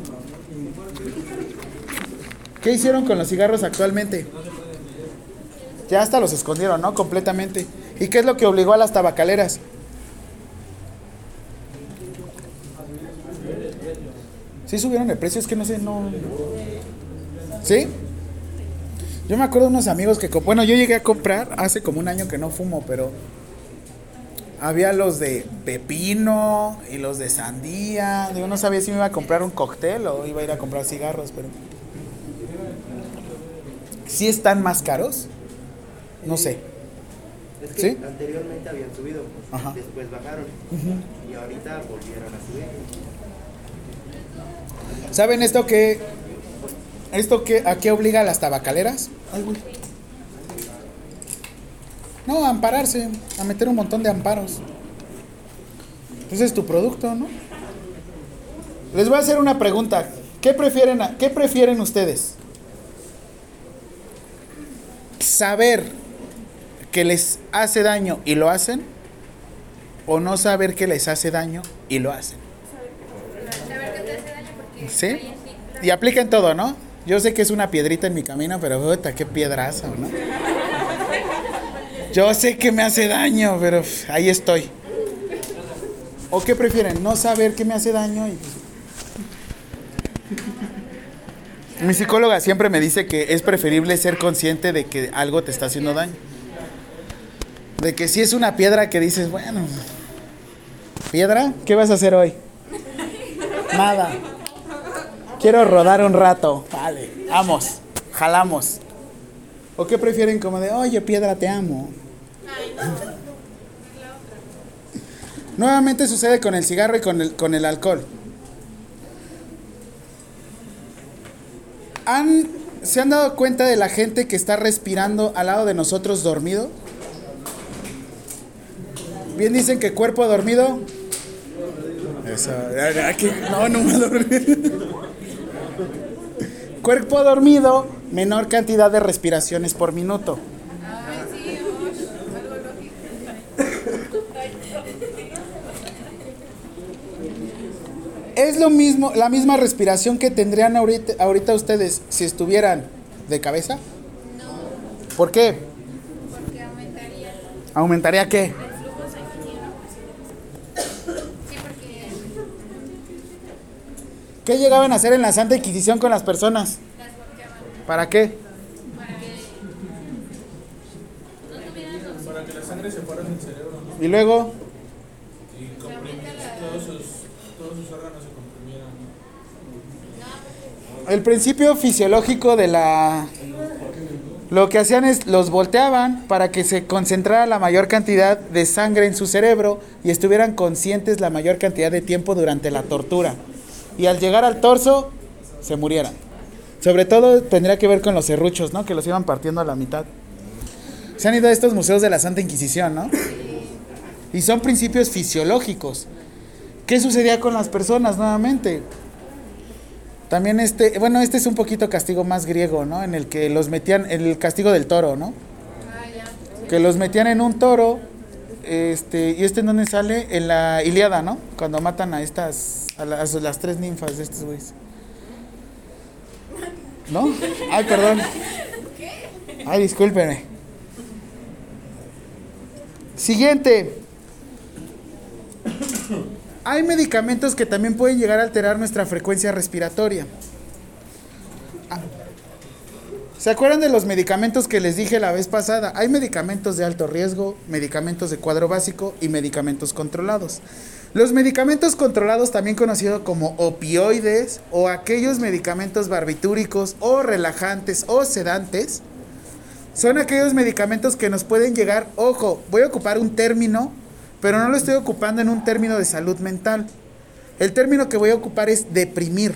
¿Qué hicieron con los cigarros actualmente? Ya hasta los escondieron, ¿no? Completamente. ¿Y qué es lo que obligó a las tabacaleras? ¿Sí subieron el precio? Es que no sé, no... ¿Sí? Yo me acuerdo de unos amigos que... Bueno, yo llegué a comprar hace como un año que no fumo, pero... Había los de pepino y los de sandía. Yo no sabía si me iba a comprar un cóctel o iba a ir a comprar cigarros, pero... ¿Sí están más caros? No sé. Es que ¿Sí? anteriormente habían subido, Ajá. después bajaron y ahorita volvieron a subir. ¿Saben esto a qué obliga a las tabacaleras? Ay, güey. No, a ampararse, a meter un montón de amparos. Ese es tu producto, ¿no? Les voy a hacer una pregunta. ¿Qué prefieren ustedes? ¿Saber que les hace daño y lo hacen? ¿O no saber que les hace daño y lo hacen? Saber que te hace daño porque... ¿Sí? Y apliquen todo, ¿no? Yo sé que es una piedrita en mi camino, pero puta, qué piedrazo, ¿no? Yo sé que me hace daño, pero ahí estoy. ¿O qué prefieren? No saber que me hace daño y... Mi psicóloga siempre me dice que es preferible ser consciente de que algo te está haciendo daño. De que si es una piedra que dices, bueno, ¿piedra? ¿Qué vas a hacer hoy? Nada. Quiero rodar un rato. Vale, vamos, jalamos. ¿O qué prefieren como de, oye, piedra, te amo? Nuevamente sucede con el cigarro y con el alcohol. ¿Se han dado cuenta de la gente que está respirando al lado de nosotros dormido? Bien dicen que cuerpo dormido. Eso, aquí, no me dormí. Cuerpo dormido, menor cantidad de respiraciones por minuto. Es lo mismo, la misma respiración que tendrían ahorita ustedes si estuvieran de cabeza. No. ¿Por qué? Porque aumentaría ¿Aumentaría qué? el flujo sanguíneo. Sí, porque ¿Qué llegaban a hacer en la Santa Inquisición con las personas? las volteaban ¿Para qué? para que no tuvieran oxígeno. Para que la sangre se fuera del cerebro, ¿no? Y luego, Y todos sus órganos se comprimieran, ¿no? el principio fisiológico de la Lo que hacían es los volteaban para que se concentrara la mayor cantidad de sangre en su cerebro y estuvieran conscientes la mayor cantidad de tiempo durante la tortura. Y al llegar al torso, se murieran. Sobre todo tendría que ver con los serruchos, ¿no? Que los iban partiendo a la mitad. Se han ido a estos museos de la Santa Inquisición, ¿no? Y son principios fisiológicos. ¿Qué sucedía con las personas nuevamente? También este es un poquito castigo más griego, ¿no? En el que los metían, el castigo del toro, ¿no? Que los metían en un toro, y en dónde sale, en la Ilíada, ¿no? Cuando matan a las 3 ninfas de estos güeyes. ¿No? Ay, perdón. Ay, discúlpenme. Siguiente. Hay medicamentos que también pueden llegar a alterar nuestra frecuencia respiratoria. ¿Se acuerdan de los medicamentos que les dije la vez pasada? Hay medicamentos de alto riesgo, medicamentos de cuadro básico y medicamentos controlados. Los medicamentos controlados, también conocidos como opioides o aquellos medicamentos barbitúricos o relajantes o sedantes, son aquellos medicamentos que nos pueden llegar, ojo, voy a ocupar un término, pero no lo estoy ocupando en un término de salud mental. El término que voy a ocupar es deprimir.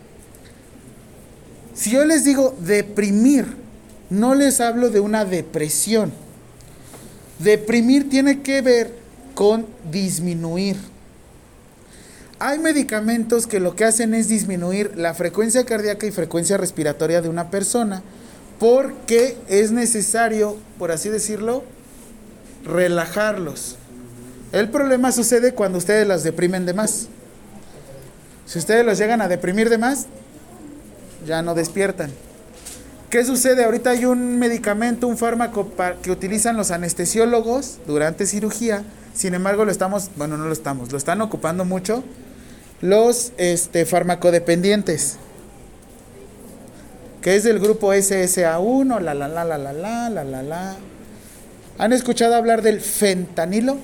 Si yo les digo deprimir, no les hablo de una depresión. Deprimir tiene que ver con disminuir. Hay medicamentos que lo que hacen es disminuir la frecuencia cardíaca y frecuencia respiratoria de una persona porque es necesario, por así decirlo, relajarlos. El problema sucede cuando ustedes las deprimen de más. Si ustedes los llegan a deprimir de más, ya no despiertan. ¿Qué sucede? Ahorita hay un medicamento, un fármaco que utilizan los anestesiólogos durante cirugía. Sin embargo, lo están ocupando mucho los farmacodependientes, que es del grupo SSA1, la. ¿Han escuchado hablar del fentanilo?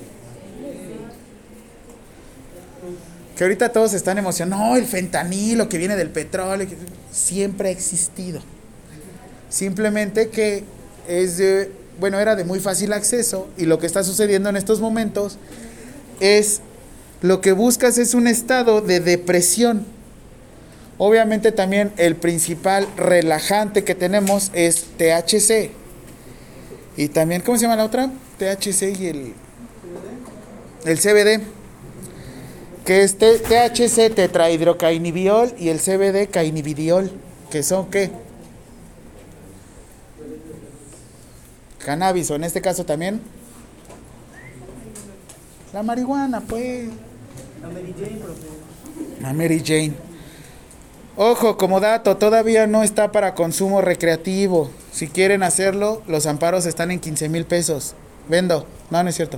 Que ahorita todos están emocionados. No, el fentanilo que viene del petróleo, que siempre ha existido. Simplemente que era de muy fácil acceso, y lo que está sucediendo en estos momentos es, lo que buscas es un estado de depresión. Obviamente también el principal relajante que tenemos es THC. Y también, ¿cómo se llama la otra? THC y el CBD. Que es THC tetrahidrocannabidiol y el CBD cannabidiol. ¿Que son qué? Cannabis, o en este caso también la marihuana, pues. La Mary Jane. Ojo, como dato, todavía no está para consumo recreativo. Si quieren hacerlo, los amparos están en 15,000 pesos. Vendo. No es cierto.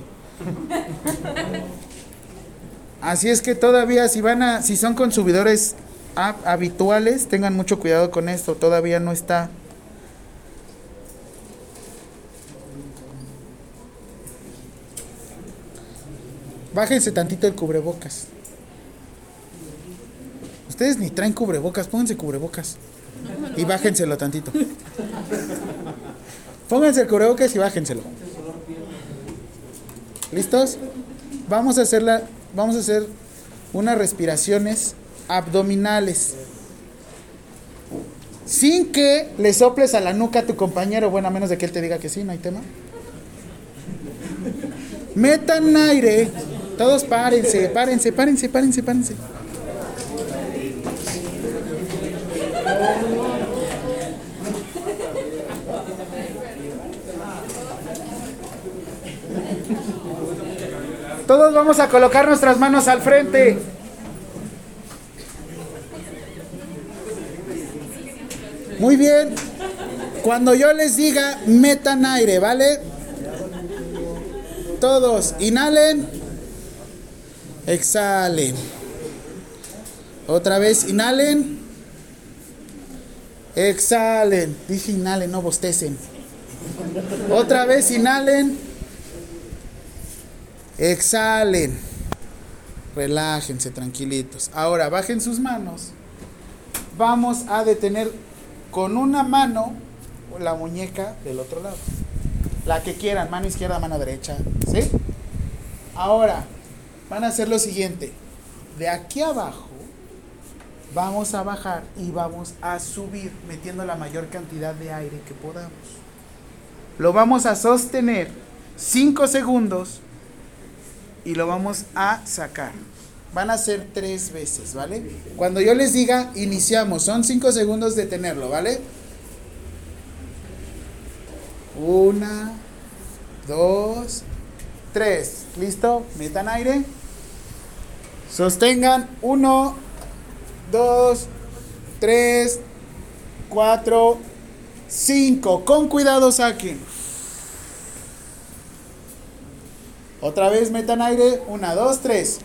Así es que todavía, si son consumidores habituales, tengan mucho cuidado con esto. Todavía no está. Bájense tantito el cubrebocas. Ustedes ni traen cubrebocas, pónganse cubrebocas. Y bájenselo tantito. Pónganse el cubrebocas y bájenselo. ¿Listos? Vamos a hacer unas respiraciones abdominales. Sin que le soples a la nuca a tu compañero. Bueno, a menos de que él te diga que sí, no hay tema. Metan aire. Todos párense. Todos vamos a colocar nuestras manos al frente. Muy bien. Cuando yo les diga, metan aire, ¿vale? Todos, inhalen. Exhalen. Otra vez, inhalen. Exhalen. Dije inhalen, no bostecen. Otra vez, inhalen. Exhalen. Relájense, tranquilitos. Ahora, bajen sus manos. Vamos a detener con una mano la muñeca del otro lado. La que quieran, mano izquierda, mano derecha, ¿sí? Ahora, van a hacer lo siguiente. De aquí abajo, vamos a bajar y vamos a subir, metiendo la mayor cantidad de aire que podamos. Lo vamos a sostener 5 segundos y lo vamos a sacar. Van a ser 3 veces, ¿vale? Cuando yo les diga, iniciamos. Son 5 segundos de tenerlo, ¿vale? 1, 2, 3. ¿Listo? Metan aire. Sostengan. 1, 2, 3, 4, 5. Con cuidado saquen. Otra vez metan aire. 1, 2, 3.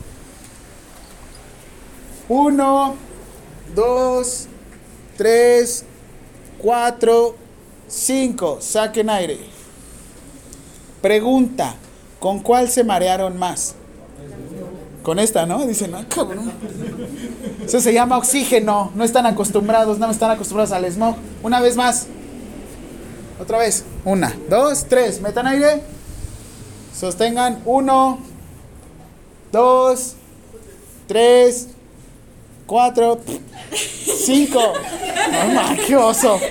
1, 2, 3, 4, 5. Saquen aire. Pregunta: ¿con cuál se marearon más? Con esta, ¿no? Dicen, no, cabrón. Eso se llama oxígeno. No están acostumbrados, no están acostumbrados al smog. Una vez más. Otra vez. 1, 2, 3. Metan aire. Sostengan. 1, 2, 3, 4, 5. ¡Ay, qué oso!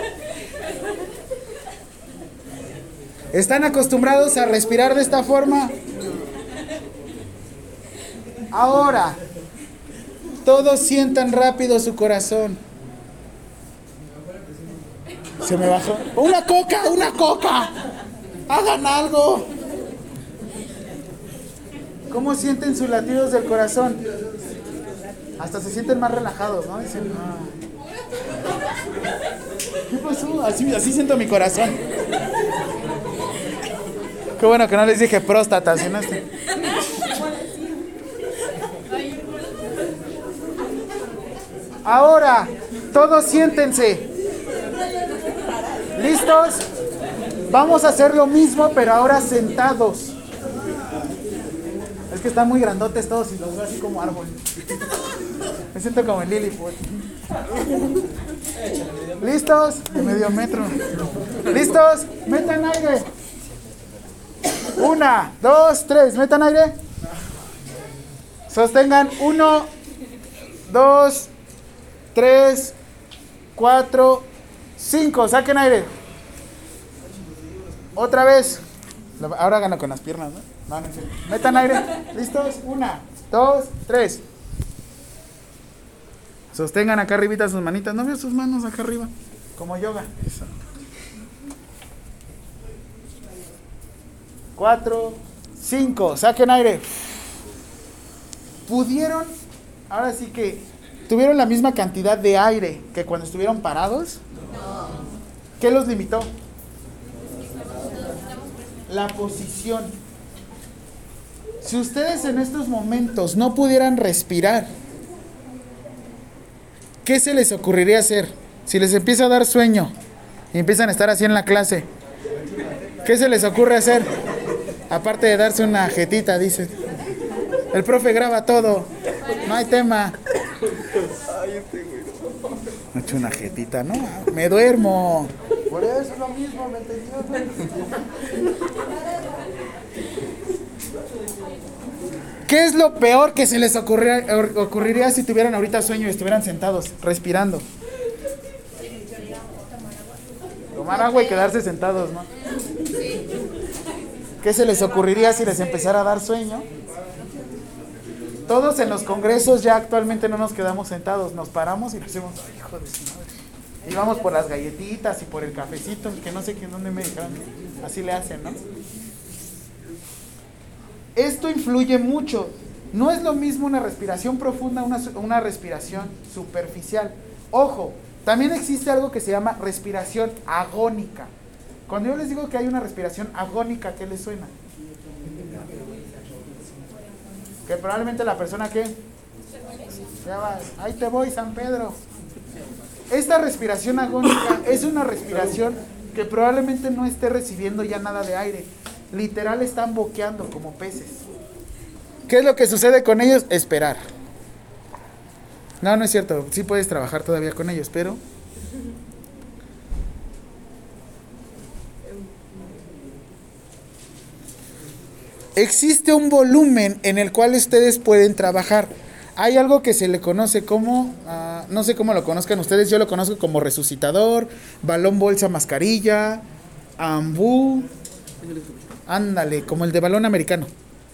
¿Están acostumbrados a respirar de esta forma? Ahora, todos sientan rápido su corazón. Se me bajó. ¡Una coca! ¡Una coca! ¡Hagan algo! ¿Cómo sienten sus latidos del corazón? Hasta se sienten más relajados, ¿no? Dicen, ah. ¿Qué pasó? Así siento mi corazón. Qué bueno que no les dije próstata, si no Ahora, todos siéntense. ¿Listos? Vamos a hacer lo mismo, pero ahora sentados. Es que están muy grandotes todos y los veo así como árbol. Me siento como en Lilliput. ¿Listos? De medio metro. ¿Listos? Metan aire. 1, 2, 3. Metan aire. Sostengan. 1, 2, 3, 4, 5. Saquen aire. Otra vez. Ahora háganlo con las piernas, ¿no? No, en serio. Metan aire. ¿Listos? 1, 2, 3. Sostengan acá arribita sus manitas. No veo sus manos acá arriba. Como yoga. Eso. 4, 5. Saquen aire. ¿Pudieron? Ahora sí que ¿tuvieron la misma cantidad de aire que cuando estuvieron parados? No. ¿Qué los limitó? La posición. Si ustedes en estos momentos no pudieran respirar, ¿qué se les ocurriría hacer? Si les empieza a dar sueño y empiezan a estar así en la clase, ¿qué se les ocurre hacer? Aparte de darse una jetita, dice. El profe graba todo. No hay tema. Me echo una jetita, ¿no? Me duermo. Por eso es lo mismo, ¿me entendió? ¿Qué es lo peor que se les ocurriría si tuvieran ahorita sueño y estuvieran sentados, respirando? Tomar agua y quedarse sentados, ¿no? ¿Qué se les ocurriría si les empezara a dar sueño? Todos en los congresos ya actualmente no nos quedamos sentados, nos paramos y le hacemos, ay, hijo de su madre. Y vamos por las galletitas y por el cafecito, que no sé quién dónde me dijeron. Así le hacen, ¿no? Esto influye mucho. No es lo mismo una respiración profunda, una respiración superficial. Ojo, también existe algo que se llama respiración agónica. Cuando yo les digo que hay una respiración agónica, ¿qué les suena? Que probablemente la persona que ya va, ahí te voy, San Pedro. Esta respiración agónica es una respiración que probablemente no esté recibiendo ya nada de aire. Literal están boqueando como peces. ¿Qué es lo que sucede con ellos? Esperar. No, no es cierto. Sí puedes trabajar todavía con ellos, pero existe un volumen en el cual ustedes pueden trabajar. Hay algo que se le conoce como, no sé cómo lo conozcan ustedes, yo lo conozco como resucitador, balón, bolsa, mascarilla, ambú, ándale, como el de balón americano.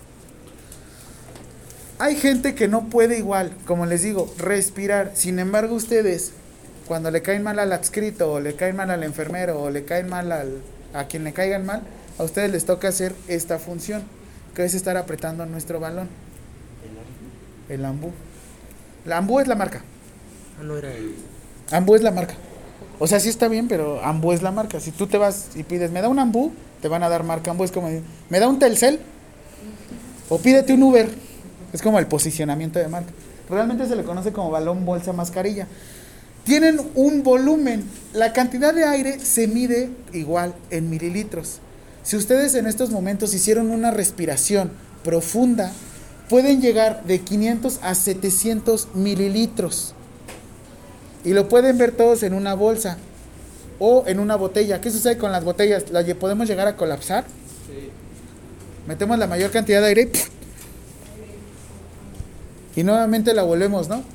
Hay gente que no puede igual, como les digo, respirar. Sin embargo, ustedes, cuando le caen mal al adscrito, o le caen mal al enfermero, o le caen mal a quien le caigan mal, a ustedes les toca hacer esta función, que es estar apretando nuestro balón. El ambú. La ambú es la marca. No era el... Ambú es la marca. O sea, sí está bien, pero ambú es la marca. Si tú te vas y pides, me da un ambú, te van a dar marca ambú. Es como, me da un Telcel, o pídete un Uber. Es como el posicionamiento de marca. Realmente se le conoce como balón, bolsa, mascarilla. Tienen un volumen. La cantidad de aire se mide igual en mililitros. Si ustedes en estos momentos hicieron una respiración profunda, pueden llegar de 500 a 700 mililitros. Y lo pueden ver todos en una bolsa o en una botella. ¿Qué sucede con las botellas? ¿Las podemos llegar a colapsar? Sí. Metemos la mayor cantidad de aire y nuevamente la volvemos, ¿no?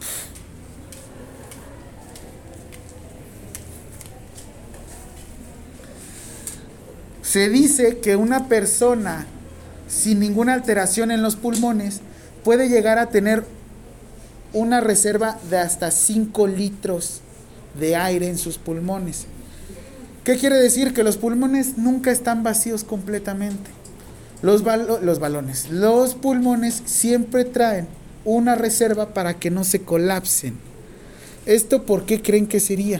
Se dice que una persona sin ninguna alteración en los pulmones puede llegar a tener una reserva de hasta 5 litros de aire en sus pulmones. ¿Qué quiere decir? Que los pulmones nunca están vacíos completamente. Los pulmones siempre traen una reserva para que no se colapsen. ¿Esto por qué creen que sería?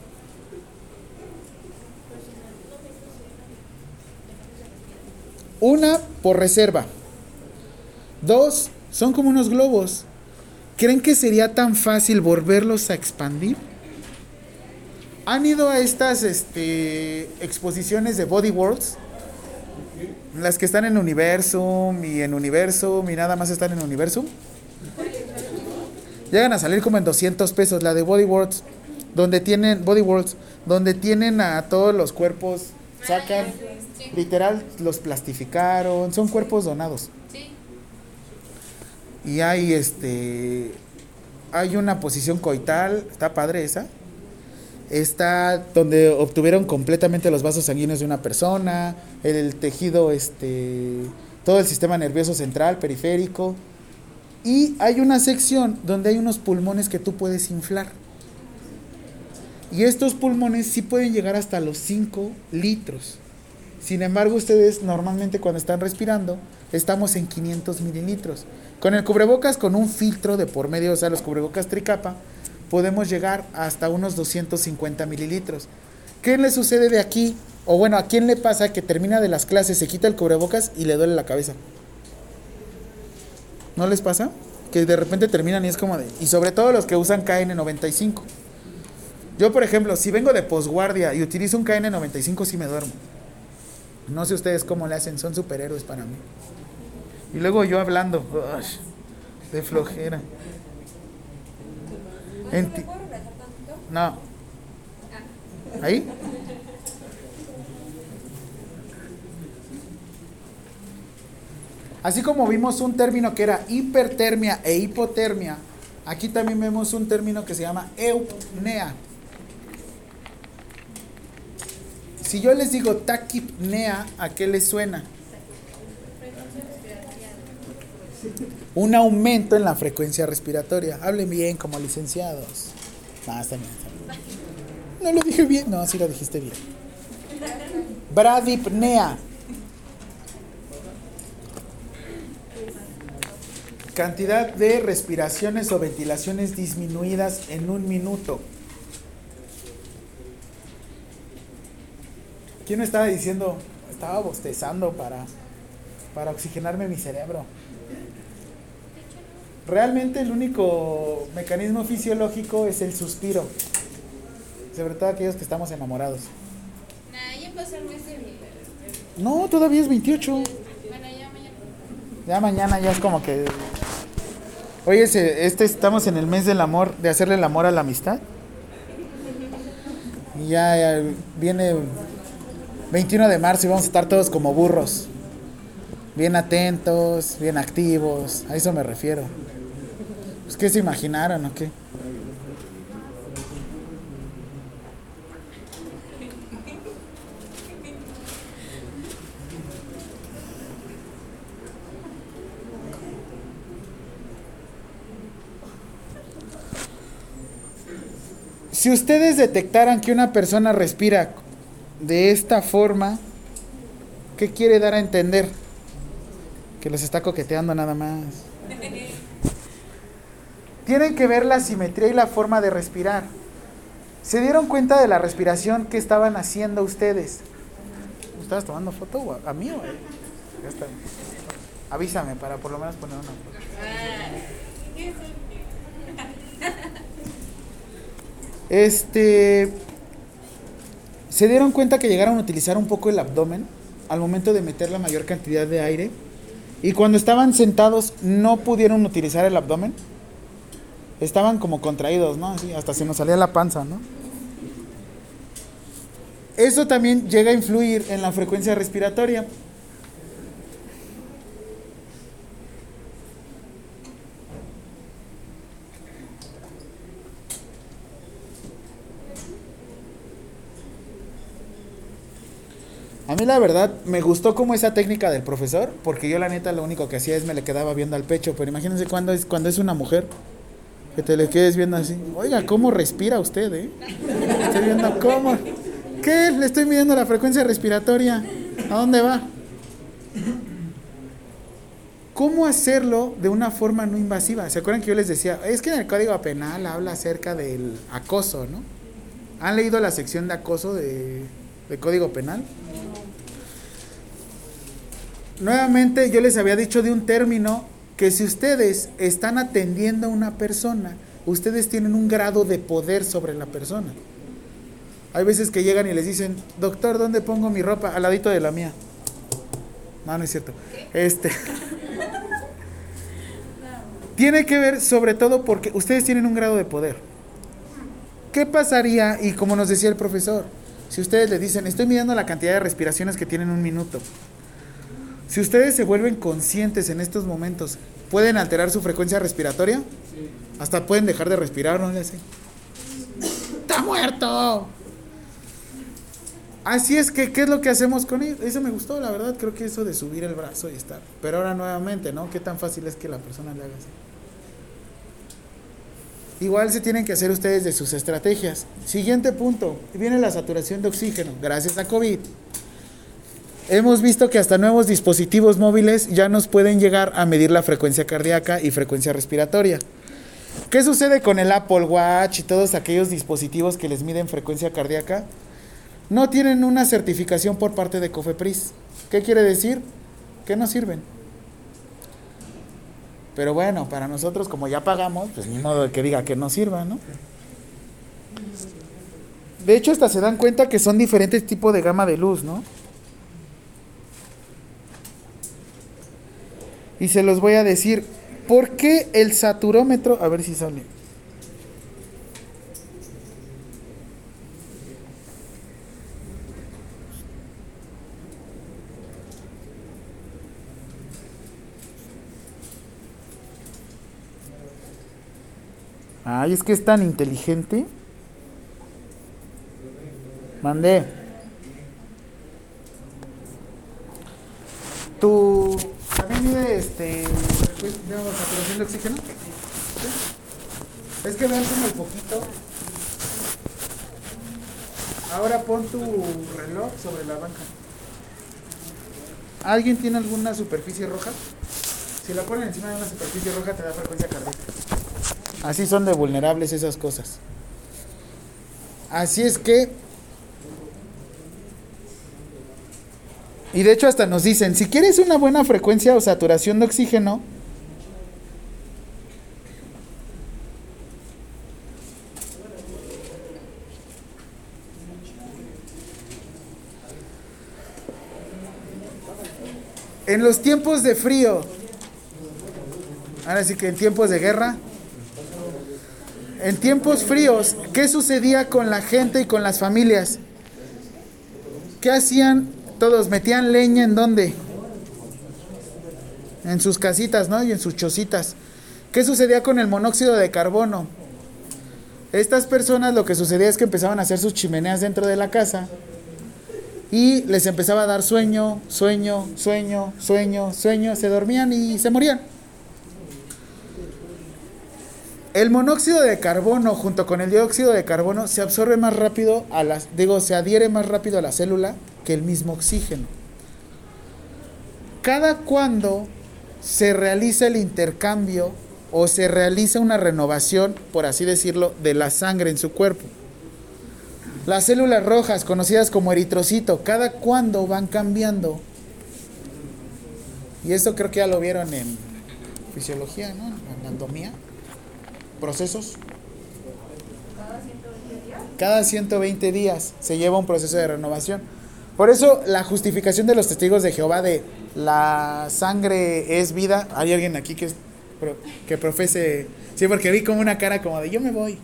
Una, por reserva. 2, son como unos globos. ¿Creen que sería tan fácil volverlos a expandir? ¿Han ido a estas exposiciones de Body Worlds? Las que están en Universum y nada más están en Universum. Llegan a salir como en 200 pesos la de Body Worlds, donde tienen a todos los cuerpos, sacan, literal, los plastificaron, son cuerpos donados. Sí. Y hay una posición coital, está padre esa. Está donde obtuvieron completamente los vasos sanguíneos de una persona, el tejido, todo el sistema nervioso central, periférico. Y hay una sección donde hay unos pulmones que tú puedes inflar. Y estos pulmones sí pueden llegar hasta los 5 litros. Sin embargo, ustedes normalmente cuando están respirando, estamos en 500 mililitros. Con el cubrebocas, con un filtro de por medio, o sea, los cubrebocas tricapa, podemos llegar hasta unos 250 mililitros. ¿Qué le sucede de aquí? O bueno, ¿a quién le pasa que termina de las clases, se quita el cubrebocas y le duele la cabeza? ¿No les pasa? Que de repente terminan y es como de... Y sobre todo los que usan KN95. Yo, por ejemplo, si vengo de posguardia y utilizo un KN95, sí me duermo. No sé ustedes cómo le hacen, son superhéroes para mí. Y luego yo hablando, de flojera. No. ¿Ahí? Así como vimos un término que era hipertermia e hipotermia, aquí también vemos un término que se llama eupnea. Si yo les digo taquipnea, ¿a qué les suena? Un aumento en la frecuencia respiratoria. Hablen bien como licenciados. No, está bien. No lo dije bien. No, sí lo dijiste bien. Bradipnea. Cantidad de respiraciones o ventilaciones disminuidas en un minuto. ¿Quién me estaba diciendo? Estaba bostezando para oxigenarme mi cerebro. Realmente el único mecanismo fisiológico es el suspiro. Sobre todo aquellos que estamos enamorados. Nah, ya pasó el mes de mi... No, todavía es 28. Bueno, ya mañana. Ya mañana ya es como que... Oye, estamos en el mes del amor, de hacerle el amor a la amistad. Y ya viene 21 de marzo y vamos a estar todos como burros. bien atentos, bien activos, a eso me refiero. Pues, ¿qué se imaginaron o qué? Si ustedes detectaran que una persona respira de esta forma, ¿qué quiere dar a entender? Que los está coqueteando nada más. Tienen que ver la simetría y la forma de respirar. ¿Se dieron cuenta de la respiración que estaban haciendo ustedes? ¿Estabas tomando foto a mí o a él? Ya está. Avísame para por lo menos poner una foto. ¿Se dieron cuenta que llegaron a utilizar un poco el abdomen al momento de meter la mayor cantidad de aire? Y cuando estaban sentados no pudieron utilizar el abdomen. Estaban como contraídos, ¿no? Así, hasta se nos salía la panza, ¿no? Eso también llega a influir en la frecuencia respiratoria. A mí la verdad me gustó como esa técnica del profesor, porque yo la neta lo único que hacía es me le quedaba viendo al pecho, pero imagínense cuando es una mujer, que te le quedes viendo así. Oiga, ¿cómo respira usted, Estoy viendo cómo. ¿Qué? Le estoy midiendo la frecuencia respiratoria. ¿A dónde va? ¿Cómo hacerlo de una forma no invasiva? ¿Se acuerdan que yo les decía? Es que en el Código Penal habla acerca del acoso, ¿no? ¿Han leído la sección de acoso de Código Penal? Nuevamente yo les había dicho de un término que si ustedes están atendiendo a una persona, ustedes tienen un grado de poder sobre la persona. Hay veces que llegan y les dicen, doctor, ¿dónde pongo mi ropa? Al ladito de la mía. No, no es cierto. Tiene que ver sobre todo porque ustedes tienen un grado de poder. ¿Qué pasaría? Y como nos decía el profesor, si ustedes le dicen, estoy midiendo la cantidad de respiraciones que tienen en un minuto. Si ustedes se vuelven conscientes en estos momentos, ¿pueden alterar su frecuencia respiratoria? Sí. Hasta pueden dejar de respirar, ¿no? Así. ¡Está muerto! Así es que, ¿qué es lo que hacemos con ellos? Eso me gustó, la verdad, creo que eso de subir el brazo y estar. Pero ahora nuevamente, ¿no? ¿Qué tan fácil es que la persona le haga así? Igual se tienen que hacer ustedes de sus estrategias. Siguiente punto, viene la saturación de oxígeno, gracias a COVID. Hemos visto que hasta nuevos dispositivos móviles ya nos pueden llegar a medir la frecuencia cardíaca y frecuencia respiratoria. ¿Qué sucede con el Apple Watch y todos aquellos dispositivos que les miden frecuencia cardíaca? No tienen una certificación por parte de COFEPRIS. ¿Qué quiere decir? Que no sirven. Pero bueno, para nosotros como ya pagamos, pues ni modo de que diga que no sirva, ¿no? De hecho, hasta se dan cuenta que son diferentes tipos de gama de luz, ¿no? Y se los voy a decir, ¿por qué el saturómetro? A ver si sale. Ay, es que es tan inteligente. Mandé. ¿Tú también mide saturación de oxígeno? ¿Sí? Es que vean como el poquito. Ahora pon tu reloj sobre la banca. ¿Alguien tiene alguna superficie roja? Si la ponen encima de una superficie roja te da frecuencia cardíaca. Así son de vulnerables esas cosas. Así es que... Y de hecho hasta nos dicen, si quieres una buena frecuencia o saturación de oxígeno, en los tiempos de frío, ahora sí que en tiempos de guerra, en tiempos fríos, ¿qué sucedía con la gente y con las familias? ¿Qué hacían todos? ¿Metían leña en dónde? en sus casitas, ¿no? Y en sus chocitas. ¿Qué sucedía con el monóxido de carbono? Estas personas lo que sucedía es que empezaban a hacer sus chimeneas dentro de la casa y les empezaba a dar sueño, sueño, sueño, sueño, sueño, se dormían y se morían. El monóxido de carbono junto con el dióxido de carbono se absorbe más rápido se adhiere más rápido a la célula que el mismo oxígeno. Cada cuando se realiza el intercambio o se realiza una renovación, por así decirlo, de la sangre en su cuerpo. Las células rojas, conocidas como eritrocito, cada cuando van cambiando. Y esto creo que ya lo vieron en fisiología, ¿no? En anatomía. Procesos. Cada 120 días se lleva un proceso de renovación. Por eso la justificación de los testigos de Jehová de la sangre es vida. Hay alguien aquí que profese. Sí, porque vi como una cara como de yo me voy.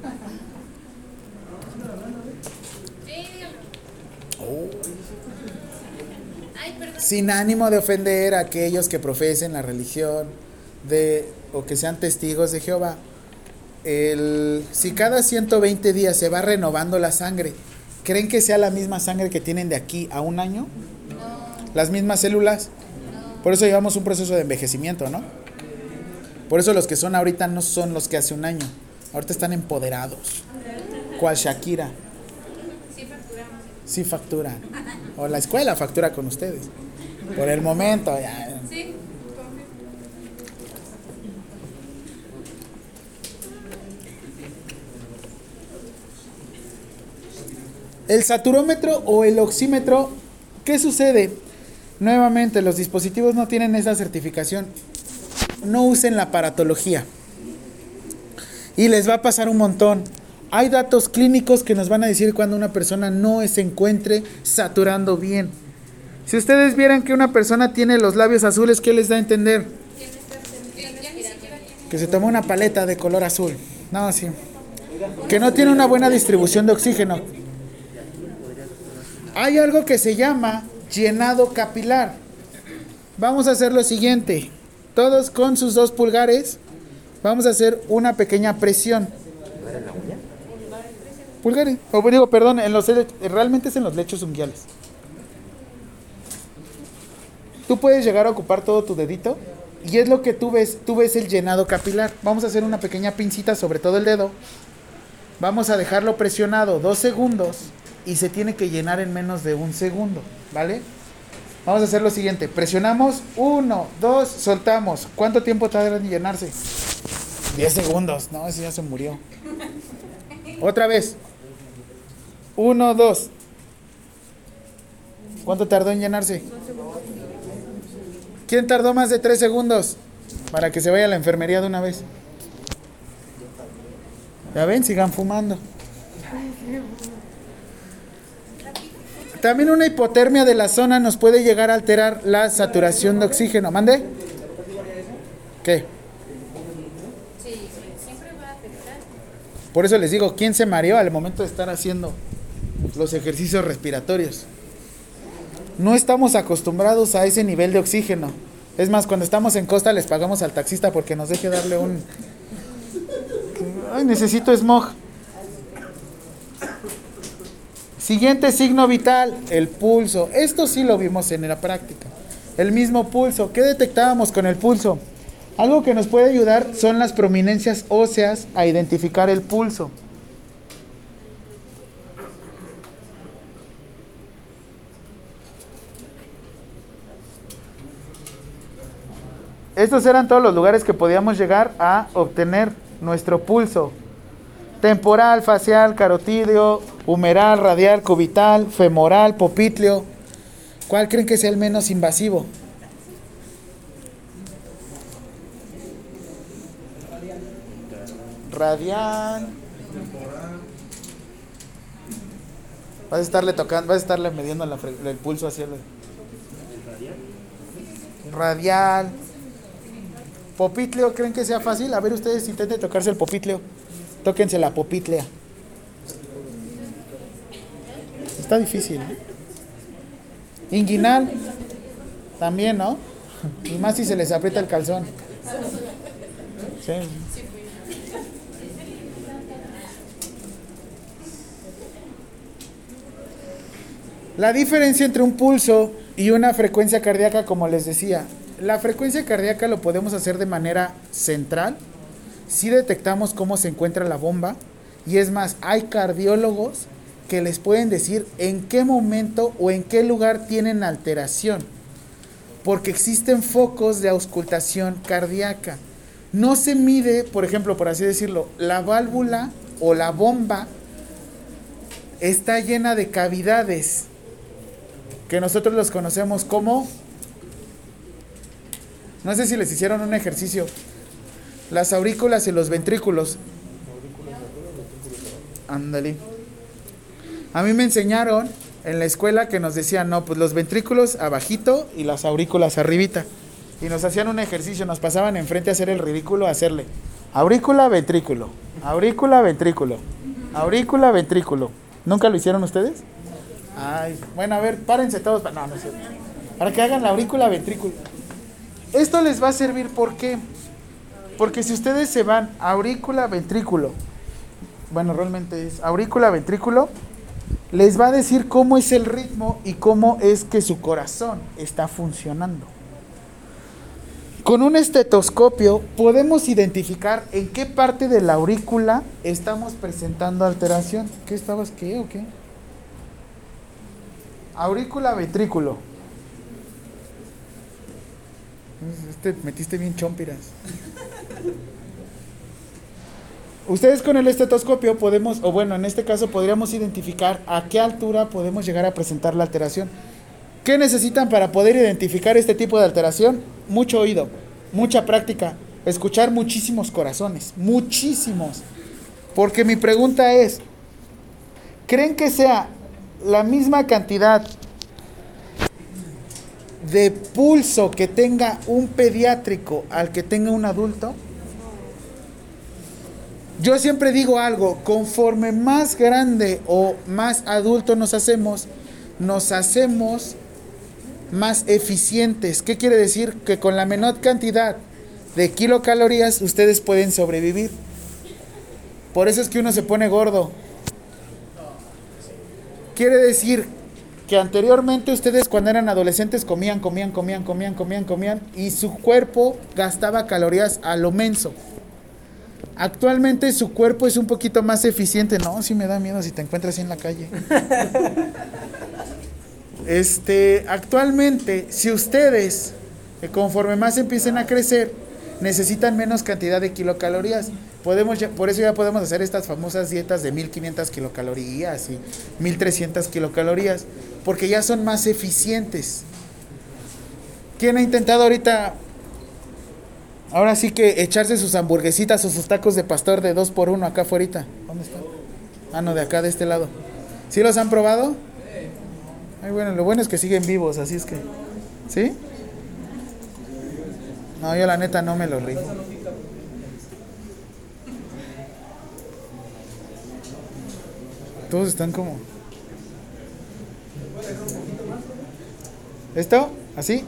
Sin ánimo de ofender a aquellos que profesen la religión o que sean testigos de Jehová. Si cada 120 días se va renovando la sangre, ¿creen que sea la misma sangre que tienen de aquí a un año? No. ¿Las mismas células? No. Por eso llevamos un proceso de envejecimiento, ¿no? Por eso los que son ahorita no son los que hace un año. Ahorita están empoderados. ¿Cuál Shakira? Sí facturamos. Sí facturan. O la escuela factura con ustedes. Por el momento, ya. Sí. El saturómetro o el oxímetro, ¿qué sucede? Nuevamente, los dispositivos no tienen esa certificación. No usen la aparatología. Y les va a pasar un montón. Hay datos clínicos que nos van a decir cuando una persona no se encuentre saturando bien. Si ustedes vieran que una persona tiene los labios azules, ¿qué les da a entender? Que se tomó una paleta de color azul. No, sí. Que no tiene una buena distribución de oxígeno. Hay algo que se llama llenado capilar. Vamos a hacer lo siguiente. Todos con sus 2 pulgares vamos a hacer una pequeña presión. Pulgares. Perdón, realmente es en los lechos unguiales. Tú puedes llegar a ocupar todo tu dedito y es lo que tú ves el llenado capilar. Vamos a hacer una pequeña pincita sobre todo el dedo. Vamos a dejarlo presionado 2 segundos y se tiene que llenar en menos de 1 segundo, ¿vale? Vamos a hacer lo siguiente, presionamos, 1, 2, soltamos. ¿Cuánto tiempo tarda en llenarse? 10 segundos, no, ese ya se murió. Otra vez, 1, 2. ¿Cuánto tardó en llenarse? ¿Quién tardó más de 3 segundos? Para que se vaya a la enfermería de una vez. Ya ven, sigan fumando. También una hipotermia de la zona nos puede llegar a alterar la saturación de oxígeno. ¿Mande? ¿Qué? Sí, siempre va a afectar. Por eso les digo, ¿quién se mareó al momento de estar haciendo los ejercicios respiratorios? No estamos acostumbrados a ese nivel de oxígeno. Es más, cuando estamos en costa les pagamos al taxista porque nos deje darle un... Ay, necesito smog. Siguiente signo vital, el pulso. Esto sí lo vimos en la práctica. El mismo pulso. ¿Qué detectábamos con el pulso? Algo que nos puede ayudar son las prominencias óseas a identificar el pulso. Estos eran todos los lugares que podíamos llegar a obtener nuestro pulso. Temporal, facial, carotídeo, humeral, radial, cubital, femoral, popliteo. ¿Cuál creen que sea el menos invasivo? Radial. Vas a estarle midiendo el pulso hacia el radial. Popliteo, ¿creen que sea fácil? A ver, ustedes intenten tocarse el popliteo. Tóquense la poplitea. Está difícil, ¿eh? Inguinal. También, ¿no? Y más si se les aprieta el calzón. Sí. La diferencia entre un pulso y una frecuencia cardíaca, como les decía, la frecuencia cardíaca lo podemos hacer de manera central, si detectamos cómo se encuentra la bomba, y es más, hay cardiólogos que les pueden decir en qué momento o en qué lugar tienen alteración, porque existen focos de auscultación cardíaca. No se mide, por ejemplo, por así decirlo, la válvula o la bomba está llena de cavidades que nosotros los conocemos como, no sé si les hicieron un ejercicio, las aurículas y los ventrículos. Ándale. A mí me enseñaron en la escuela que nos decían, no, pues los ventrículos abajito y las aurículas arribita. Y nos hacían un ejercicio, nos pasaban enfrente a hacer el ridículo, a hacerle aurícula, ventrículo, aurícula, ventrículo, aurícula, ventrículo. ¿Nunca lo hicieron ustedes? Ay, bueno, a ver, párense todos. No, no es cierto. Para que hagan la aurícula, ventrículo. Esto les va a servir, ¿por qué? Porque si ustedes se van aurícula, ventrículo, bueno, realmente es aurícula, ventrículo, les va a decir cómo es el ritmo y cómo es que su corazón está funcionando. Con un estetoscopio podemos identificar en qué parte de la aurícula estamos presentando alteración. ¿Qué estabas qué o qué? Aurícula, ventrículo. Metiste bien chompiras. Ustedes con el estetoscopio podemos, o bueno, en este caso podríamos identificar a qué altura podemos llegar a presentar la alteración. ¿Qué necesitan para poder identificar este tipo de alteración? Mucho oído, mucha práctica, escuchar muchísimos corazones, muchísimos. Porque mi pregunta es, ¿creen que sea la misma cantidad de pulso que tenga un pediátrico al que tenga un adulto? Yo siempre digo algo, conforme más grande o más adulto nos hacemos más eficientes. ¿Qué quiere decir? Que con la menor cantidad de kilocalorías ustedes pueden sobrevivir. Por eso es que uno se pone gordo. Quiere decir que anteriormente ustedes cuando eran adolescentes comían y su cuerpo gastaba calorías a lo menso. Actualmente su cuerpo es un poquito más eficiente. No, sí me da miedo si te encuentras así en la calle. Actualmente, si ustedes, conforme más empiecen a crecer, necesitan menos cantidad de kilocalorías. Por eso ya podemos hacer estas famosas dietas de 1500 kilocalorías y 1300 kilocalorías, porque ya son más eficientes. ¿Quién ha intentado ahorita, ahora sí que echarse sus hamburguesitas o sus tacos de pastor de 2x1 acá afuera? ¿Dónde están? Ah, no, de acá, de este lado. ¿Sí los han probado? Ay, bueno, lo bueno es que siguen vivos, así es que... ¿Sí? No, yo la neta no me lo rifo. Todos están como... ¿Esto? ¿Así?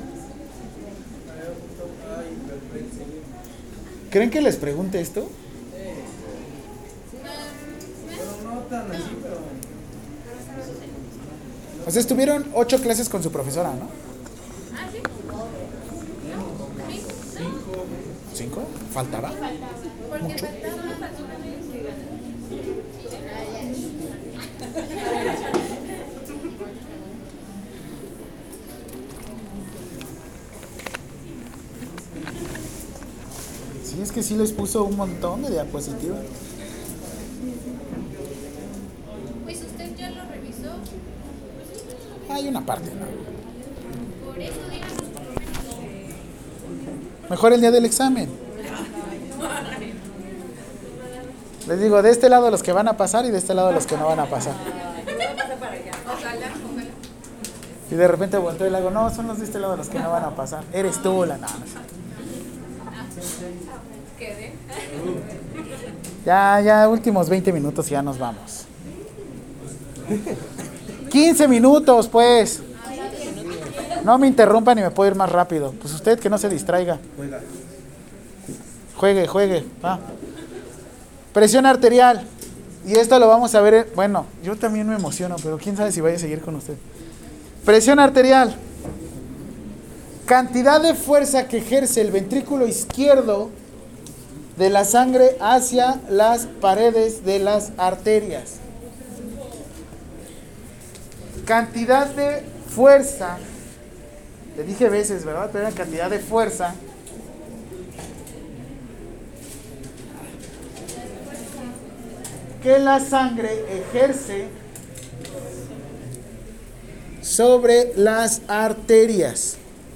¿Creen que les pregunte esto? No tan así, pero... O sea, estuvieron 8 clases con su profesora, ¿no? Ah, sí. ¿5? ¿Faltaba? Porque Mucho. Sí, es que sí les puso un montón de diapositivas. Pues usted ya lo revisó. Hay una parte, ¿no? Por eso díganos por lo menos. Mejor el día del examen. Les digo, de este lado los que van a pasar y de este lado los que no van a pasar. Ojalá. Y de repente volteo y le hago, no, son los de este lado los que no van a pasar. Eres tú, la nada. Quedé. Ya, últimos 20 minutos y ya nos vamos. 15 minutos, pues. No me interrumpan y me puedo ir más rápido. Pues usted que no se distraiga. Juegue, va. Presión arterial. Y esto lo vamos a ver, bueno, yo también me emociono, pero quién sabe si vaya a seguir con usted. Presión arterial. Cantidad de fuerza que ejerce el ventrículo izquierdo de la sangre hacia las paredes de las arterias. Cantidad de fuerza, te dije veces, ¿verdad? Pero era cantidad de fuerza que la sangre ejerce sobre las arterias.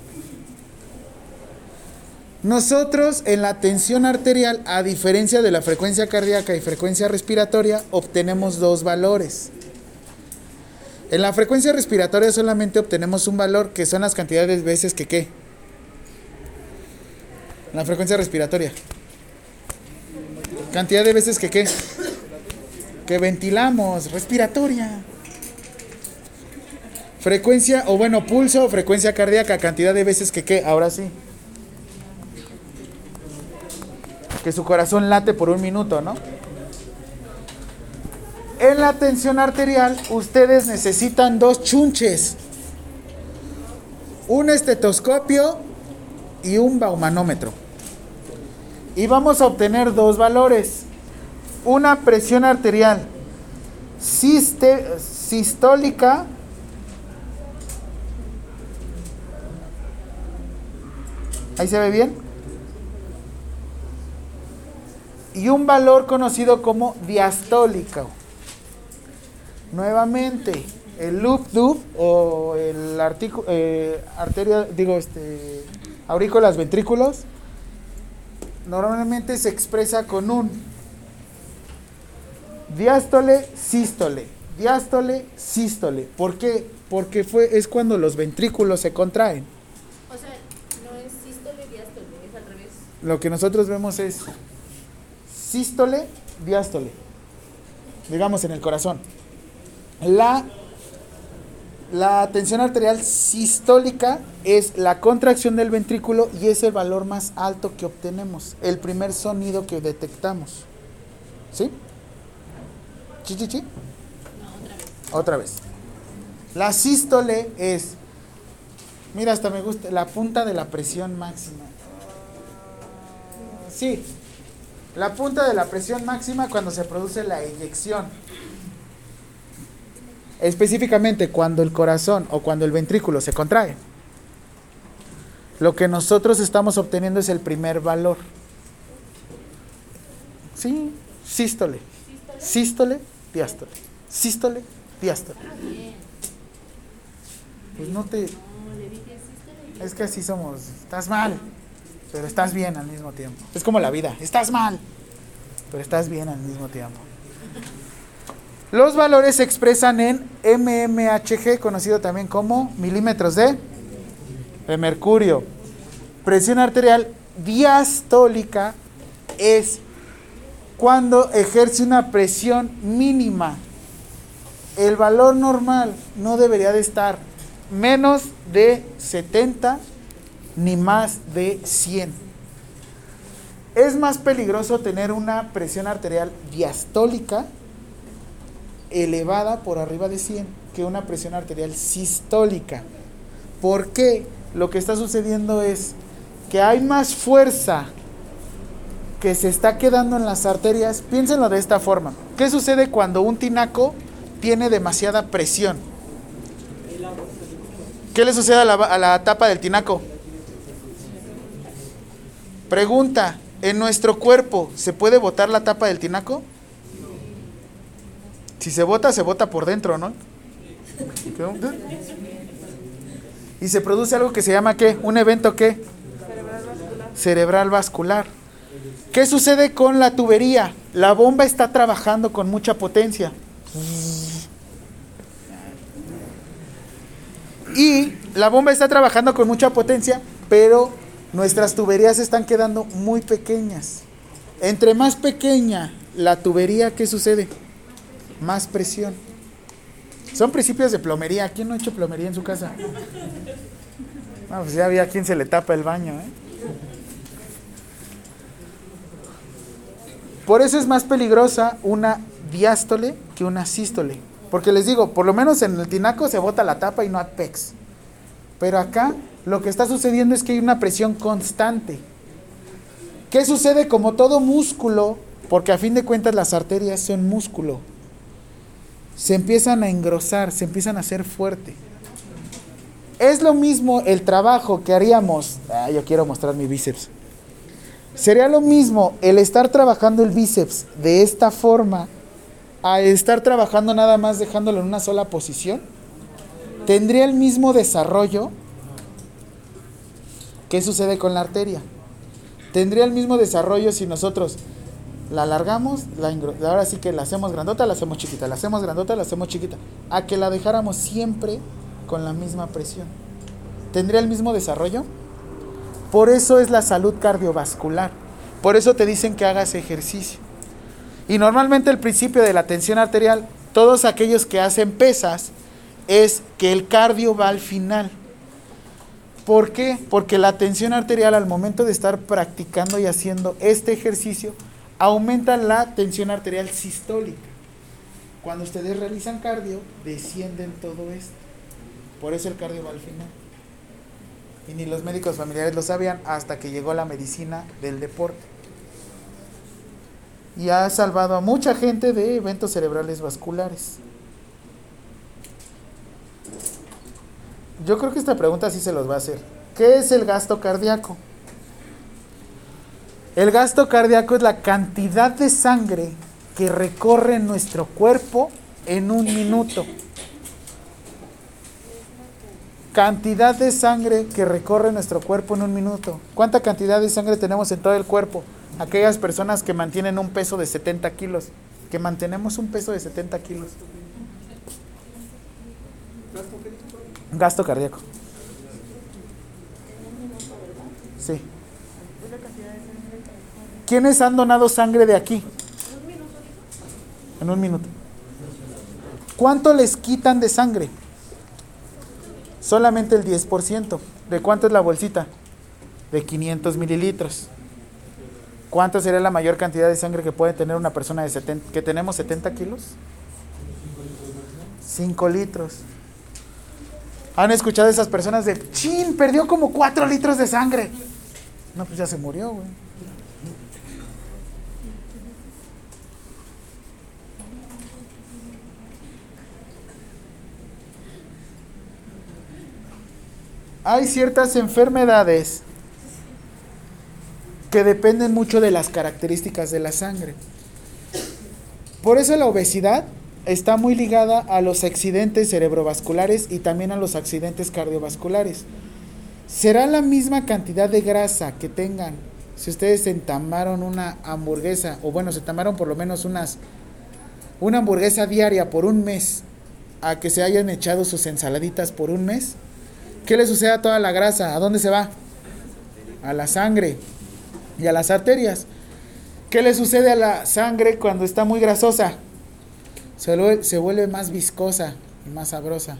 Nosotros en la tensión arterial, a diferencia de la frecuencia cardíaca y frecuencia respiratoria, obtenemos dos valores. En la frecuencia respiratoria solamente obtenemos un valor que son las cantidades de veces que ¿qué? En la frecuencia respiratoria. Cantidad de veces que ¿qué? Que ventilamos, respiratoria. Frecuencia, o bueno, pulso o frecuencia cardíaca, cantidad de veces que ¿qué? Ahora sí. Que su corazón late por un minuto, ¿no? En la tensión arterial, ustedes necesitan dos chunches. Un estetoscopio y un baumanómetro. Y vamos a obtener dos valores. Una presión arterial sistólica ¿ahí se ve bien? Y un valor conocido como diastólico. Nuevamente, el loop o el aurículas ventrículos normalmente se expresa con un diástole, sístole, diástole, sístole. ¿Por qué? Porque es cuando los ventrículos se contraen. O sea, no es sístole, diástole, es al revés. Lo que nosotros vemos es sístole, diástole, digamos en el corazón. La tensión arterial sistólica es la contracción del ventrículo y es el valor más alto que obtenemos, el primer sonido que detectamos. ¿Sí? ¿Sí? No, Otra vez. La sístole es, mira, hasta me gusta, la punta de la presión máxima. Sí, la punta de la presión máxima cuando se produce la eyección. Específicamente cuando el corazón o cuando el ventrículo se contrae. Lo que nosotros estamos obteniendo es el primer valor. Sí, sístole. Sístole, diástole. Sístole, diástole. Pues no te... Es que así somos. Estás mal, pero estás bien al mismo tiempo. Es como la vida. Estás mal, pero estás bien al mismo tiempo. Los valores se expresan en mmHg, conocido también como milímetros de mercurio. Presión arterial diastólica es cuando ejerce una presión mínima. El valor normal no debería de estar menos de 70 ni más de 100. Es más peligroso tener una presión arterial diastólica elevada por arriba de 100 que una presión arterial sistólica. ¿Por qué? Lo que está sucediendo es que hay más fuerza que se está quedando en las arterias. Piénsenlo de esta forma. ¿Qué sucede cuando un tinaco tiene demasiada presión? ¿Qué le sucede a la tapa del tinaco? Pregunta, ¿en nuestro cuerpo se puede botar la tapa del tinaco? Si se bota por dentro, ¿no? Y se produce algo que se llama ¿qué? Un evento ¿qué? Cerebral vascular. ¿Qué sucede con la tubería? La bomba está trabajando con mucha potencia. Y la bomba está trabajando con mucha potencia, pero nuestras tuberías están quedando muy pequeñas. Entre más pequeña la tubería, ¿qué sucede? Más presión. Son principios de plomería. ¿Quién no ha hecho plomería en su casa? No, pues ya había quien se le tapa el baño, ¿eh? Por eso es más peligrosa una diástole que una sístole. Porque les digo, por lo menos en el tinaco se bota la tapa y no adpex. Pero acá lo que está sucediendo es que hay una presión constante. ¿Qué sucede? Como todo músculo, porque a fin de cuentas las arterias son músculo, se empiezan a engrosar, se empiezan a hacer fuerte. Es lo mismo el trabajo que haríamos. Yo quiero mostrar mi bíceps. Sería lo mismo el estar trabajando el bíceps de esta forma a estar trabajando nada más dejándolo en una sola posición. Tendría el mismo desarrollo. ¿Qué sucede con la arteria? Tendría el mismo desarrollo si nosotros la alargamos, ahora sí que la hacemos grandota, la hacemos chiquita, la hacemos grandota, la hacemos chiquita, a que la dejáramos siempre con la misma presión. ¿Tendría el mismo desarrollo? Por eso es la salud cardiovascular. Por eso te dicen que hagas ejercicio. Y normalmente el principio de la tensión arterial, todos aquellos que hacen pesas, es que el cardio va al final. ¿Por qué? Porque la tensión arterial al momento de estar practicando y haciendo este ejercicio, aumenta la tensión arterial sistólica. Cuando ustedes realizan cardio, descienden todo esto. Por eso el cardio va al final. Y ni los médicos familiares lo sabían hasta que llegó la medicina del deporte. Y ha salvado a mucha gente de eventos cerebrales vasculares. Yo creo que esta pregunta sí se los va a hacer. ¿Qué es el gasto cardíaco? El gasto cardíaco es la cantidad de sangre que recorre nuestro cuerpo en un minuto. Cantidad de sangre que recorre nuestro cuerpo en un minuto. ¿Cuánta cantidad de sangre tenemos en todo el cuerpo? Aquellas personas que mantienen un peso de 70 kilos. Que mantenemos un peso de 70 kilos. Gasto cardíaco. Sí. ¿Quiénes han donado sangre de aquí? En un minuto. ¿Cuánto les quitan de sangre? Solamente el 10%. ¿De cuánto es la bolsita? De 500 mililitros. ¿Cuánto sería la mayor cantidad de sangre que puede tener una persona de 70, que tenemos 70 kilos? 5 litros. ¿Han escuchado esas personas de, chin, perdió como 4 litros de sangre? No, pues ya se murió, güey. Hay ciertas enfermedades que dependen mucho de las características de la sangre. Por eso la obesidad está muy ligada a los accidentes cerebrovasculares y también a los accidentes cardiovasculares. Será la misma cantidad de grasa que tengan si ustedes se entamaron una hamburguesa, o bueno, se entamaron por lo menos una hamburguesa diaria por un mes, a que se hayan echado sus ensaladitas por un mes. ¿Qué le sucede a toda la grasa? ¿A dónde se va? A la sangre y a las arterias. ¿Qué le sucede a la sangre cuando está muy grasosa? Se vuelve más viscosa y más sabrosa.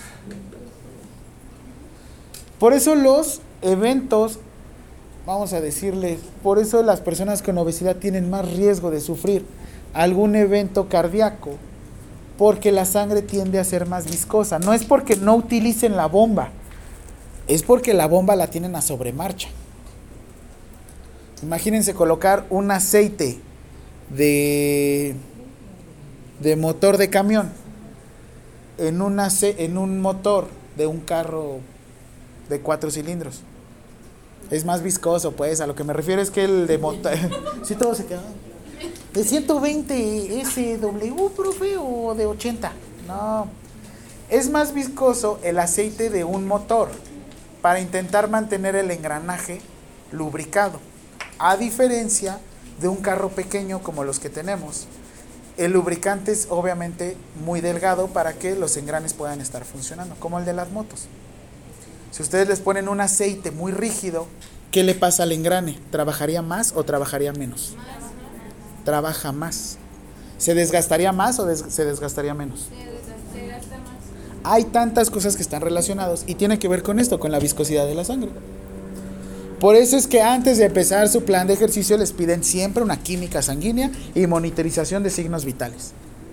Por eso los eventos, vamos a decirles, por eso las personas con obesidad tienen más riesgo de sufrir algún evento cardíaco, porque la sangre tiende a ser más viscosa. No es porque no utilicen la bomba, es porque la bomba la tienen a sobremarcha. Imagínense colocar un aceite de motor de camión en un motor de un carro de 4 cilindros. Es más viscoso, pues. A lo que me refiero es que el de motor... sí, todo se queda... ¿De 120 SW, profe, o de 80? No. Es más viscoso el aceite de un motor para intentar mantener el engranaje lubricado. A diferencia de un carro pequeño como los que tenemos. El lubricante es obviamente muy delgado para que los engranes puedan estar funcionando, como el de las motos. Si ustedes les ponen un aceite muy rígido, ¿qué le pasa al engrane? ¿Trabajaría más o trabajaría menos? Trabaja más. ¿Se desgastaría más o se desgastaría menos? Se gasta más. Hay tantas cosas que están relacionadas y tiene que ver con esto, con la viscosidad de la sangre. Por eso es que antes de empezar su plan de ejercicio les piden siempre una química sanguínea y monitorización de signos vitales.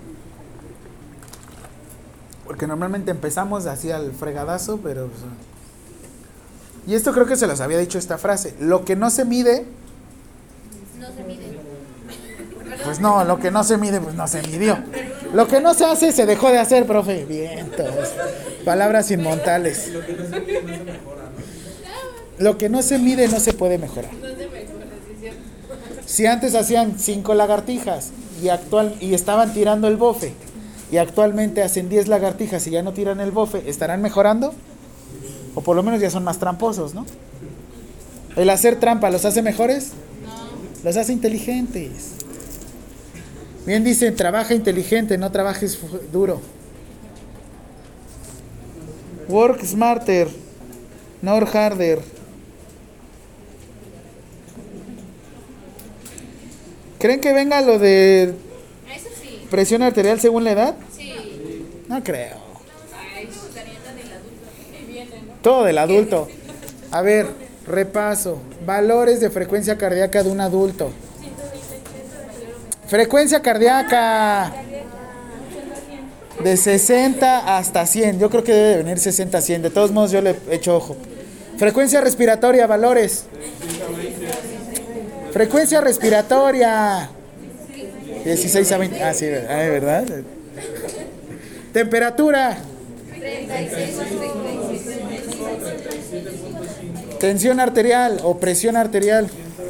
Porque normalmente empezamos así al fregadazo, pero... Y esto creo que se los había dicho esta frase. Lo que no se mide... No se mide. Pues no, lo que no se mide, pues no se midió. Lo que no se hace, se dejó de hacer, profe. Vientos. Palabras inmortales. Lo que no se mide no se mejora, ¿no? Lo que no se mide no se puede mejorar. No se mejora, sí es cierto. Si antes hacían 5 lagartijas y estaban tirando el bofe, y actualmente hacen 10 lagartijas y ya no tiran el bofe, ¿estarán mejorando? O por lo menos ya son más tramposos, ¿no? ¿El hacer trampa los hace mejores? No. Los hace inteligentes. Bien dicen, trabaja inteligente, no trabajes duro. Work smarter, not harder. ¿Creen que venga lo de Eso sí. presión arterial según la edad? Sí. No creo. Ay, estarían del adulto. Y vienen, ¿no? Todo del adulto. A ver, repaso. Valores de frecuencia cardíaca de un adulto. Frecuencia cardíaca de 60 hasta 100. Yo creo que debe venir 60 a 100. De todos modos yo le echo ojo. Frecuencia respiratoria, valores. Frecuencia respiratoria 16 a 20. Ah, sí, ¿verdad? Temperatura. 36 o 37. Tensión arterial o presión arterial.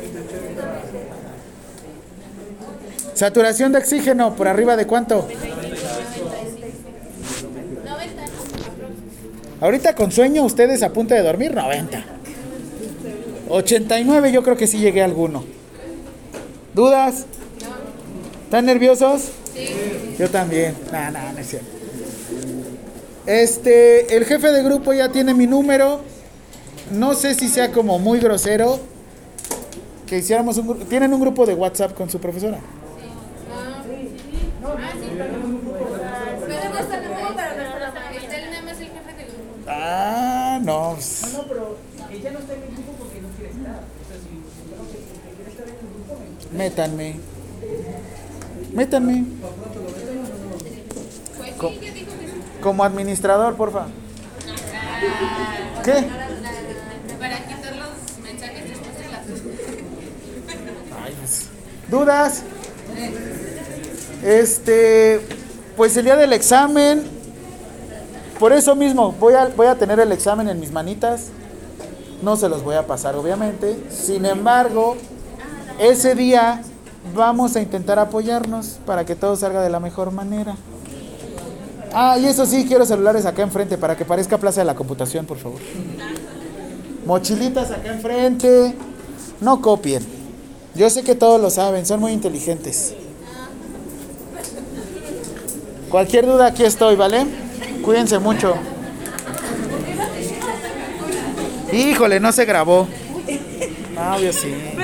Saturación de oxígeno, ¿por arriba de cuánto? 90, ¿no? Ahorita con sueño, ustedes a punto de dormir, 90. 89 yo creo que sí llegué a alguno. ¿Dudas? ¿Están nerviosos? Sí. Yo también. No es cierto. El jefe de grupo ya tiene mi número. No sé si sea como muy grosero que hiciéramos un grupo. ¿Tienen un grupo de WhatsApp con su profesora? Pero no está el número, pero no está el nada más el jefe del grupo. Ah, no. No, pero ella no está en el grupo porque no quiere estar. O sea, si no quiere estar en el grupo, Métanme. Pues sí, Co- ya dijo que sí. Como administrador, porfa. ¿Qué? Para quitar los mensajes después de las 2. ¿Dudas? Pues el día del examen, por eso mismo, voy a tener el examen en mis manitas. No se los voy a pasar, obviamente. Sin embargo, ese día vamos a intentar apoyarnos para que todo salga de la mejor manera. Ah, y eso sí, quiero celulares acá enfrente para que parezca Plaza de la Computación, por favor. Mochilitas acá enfrente. No copien. Yo sé que todos lo saben, son muy inteligentes. Cualquier duda, aquí estoy, ¿vale? Cuídense mucho. Híjole, no se grabó. Obvio sí.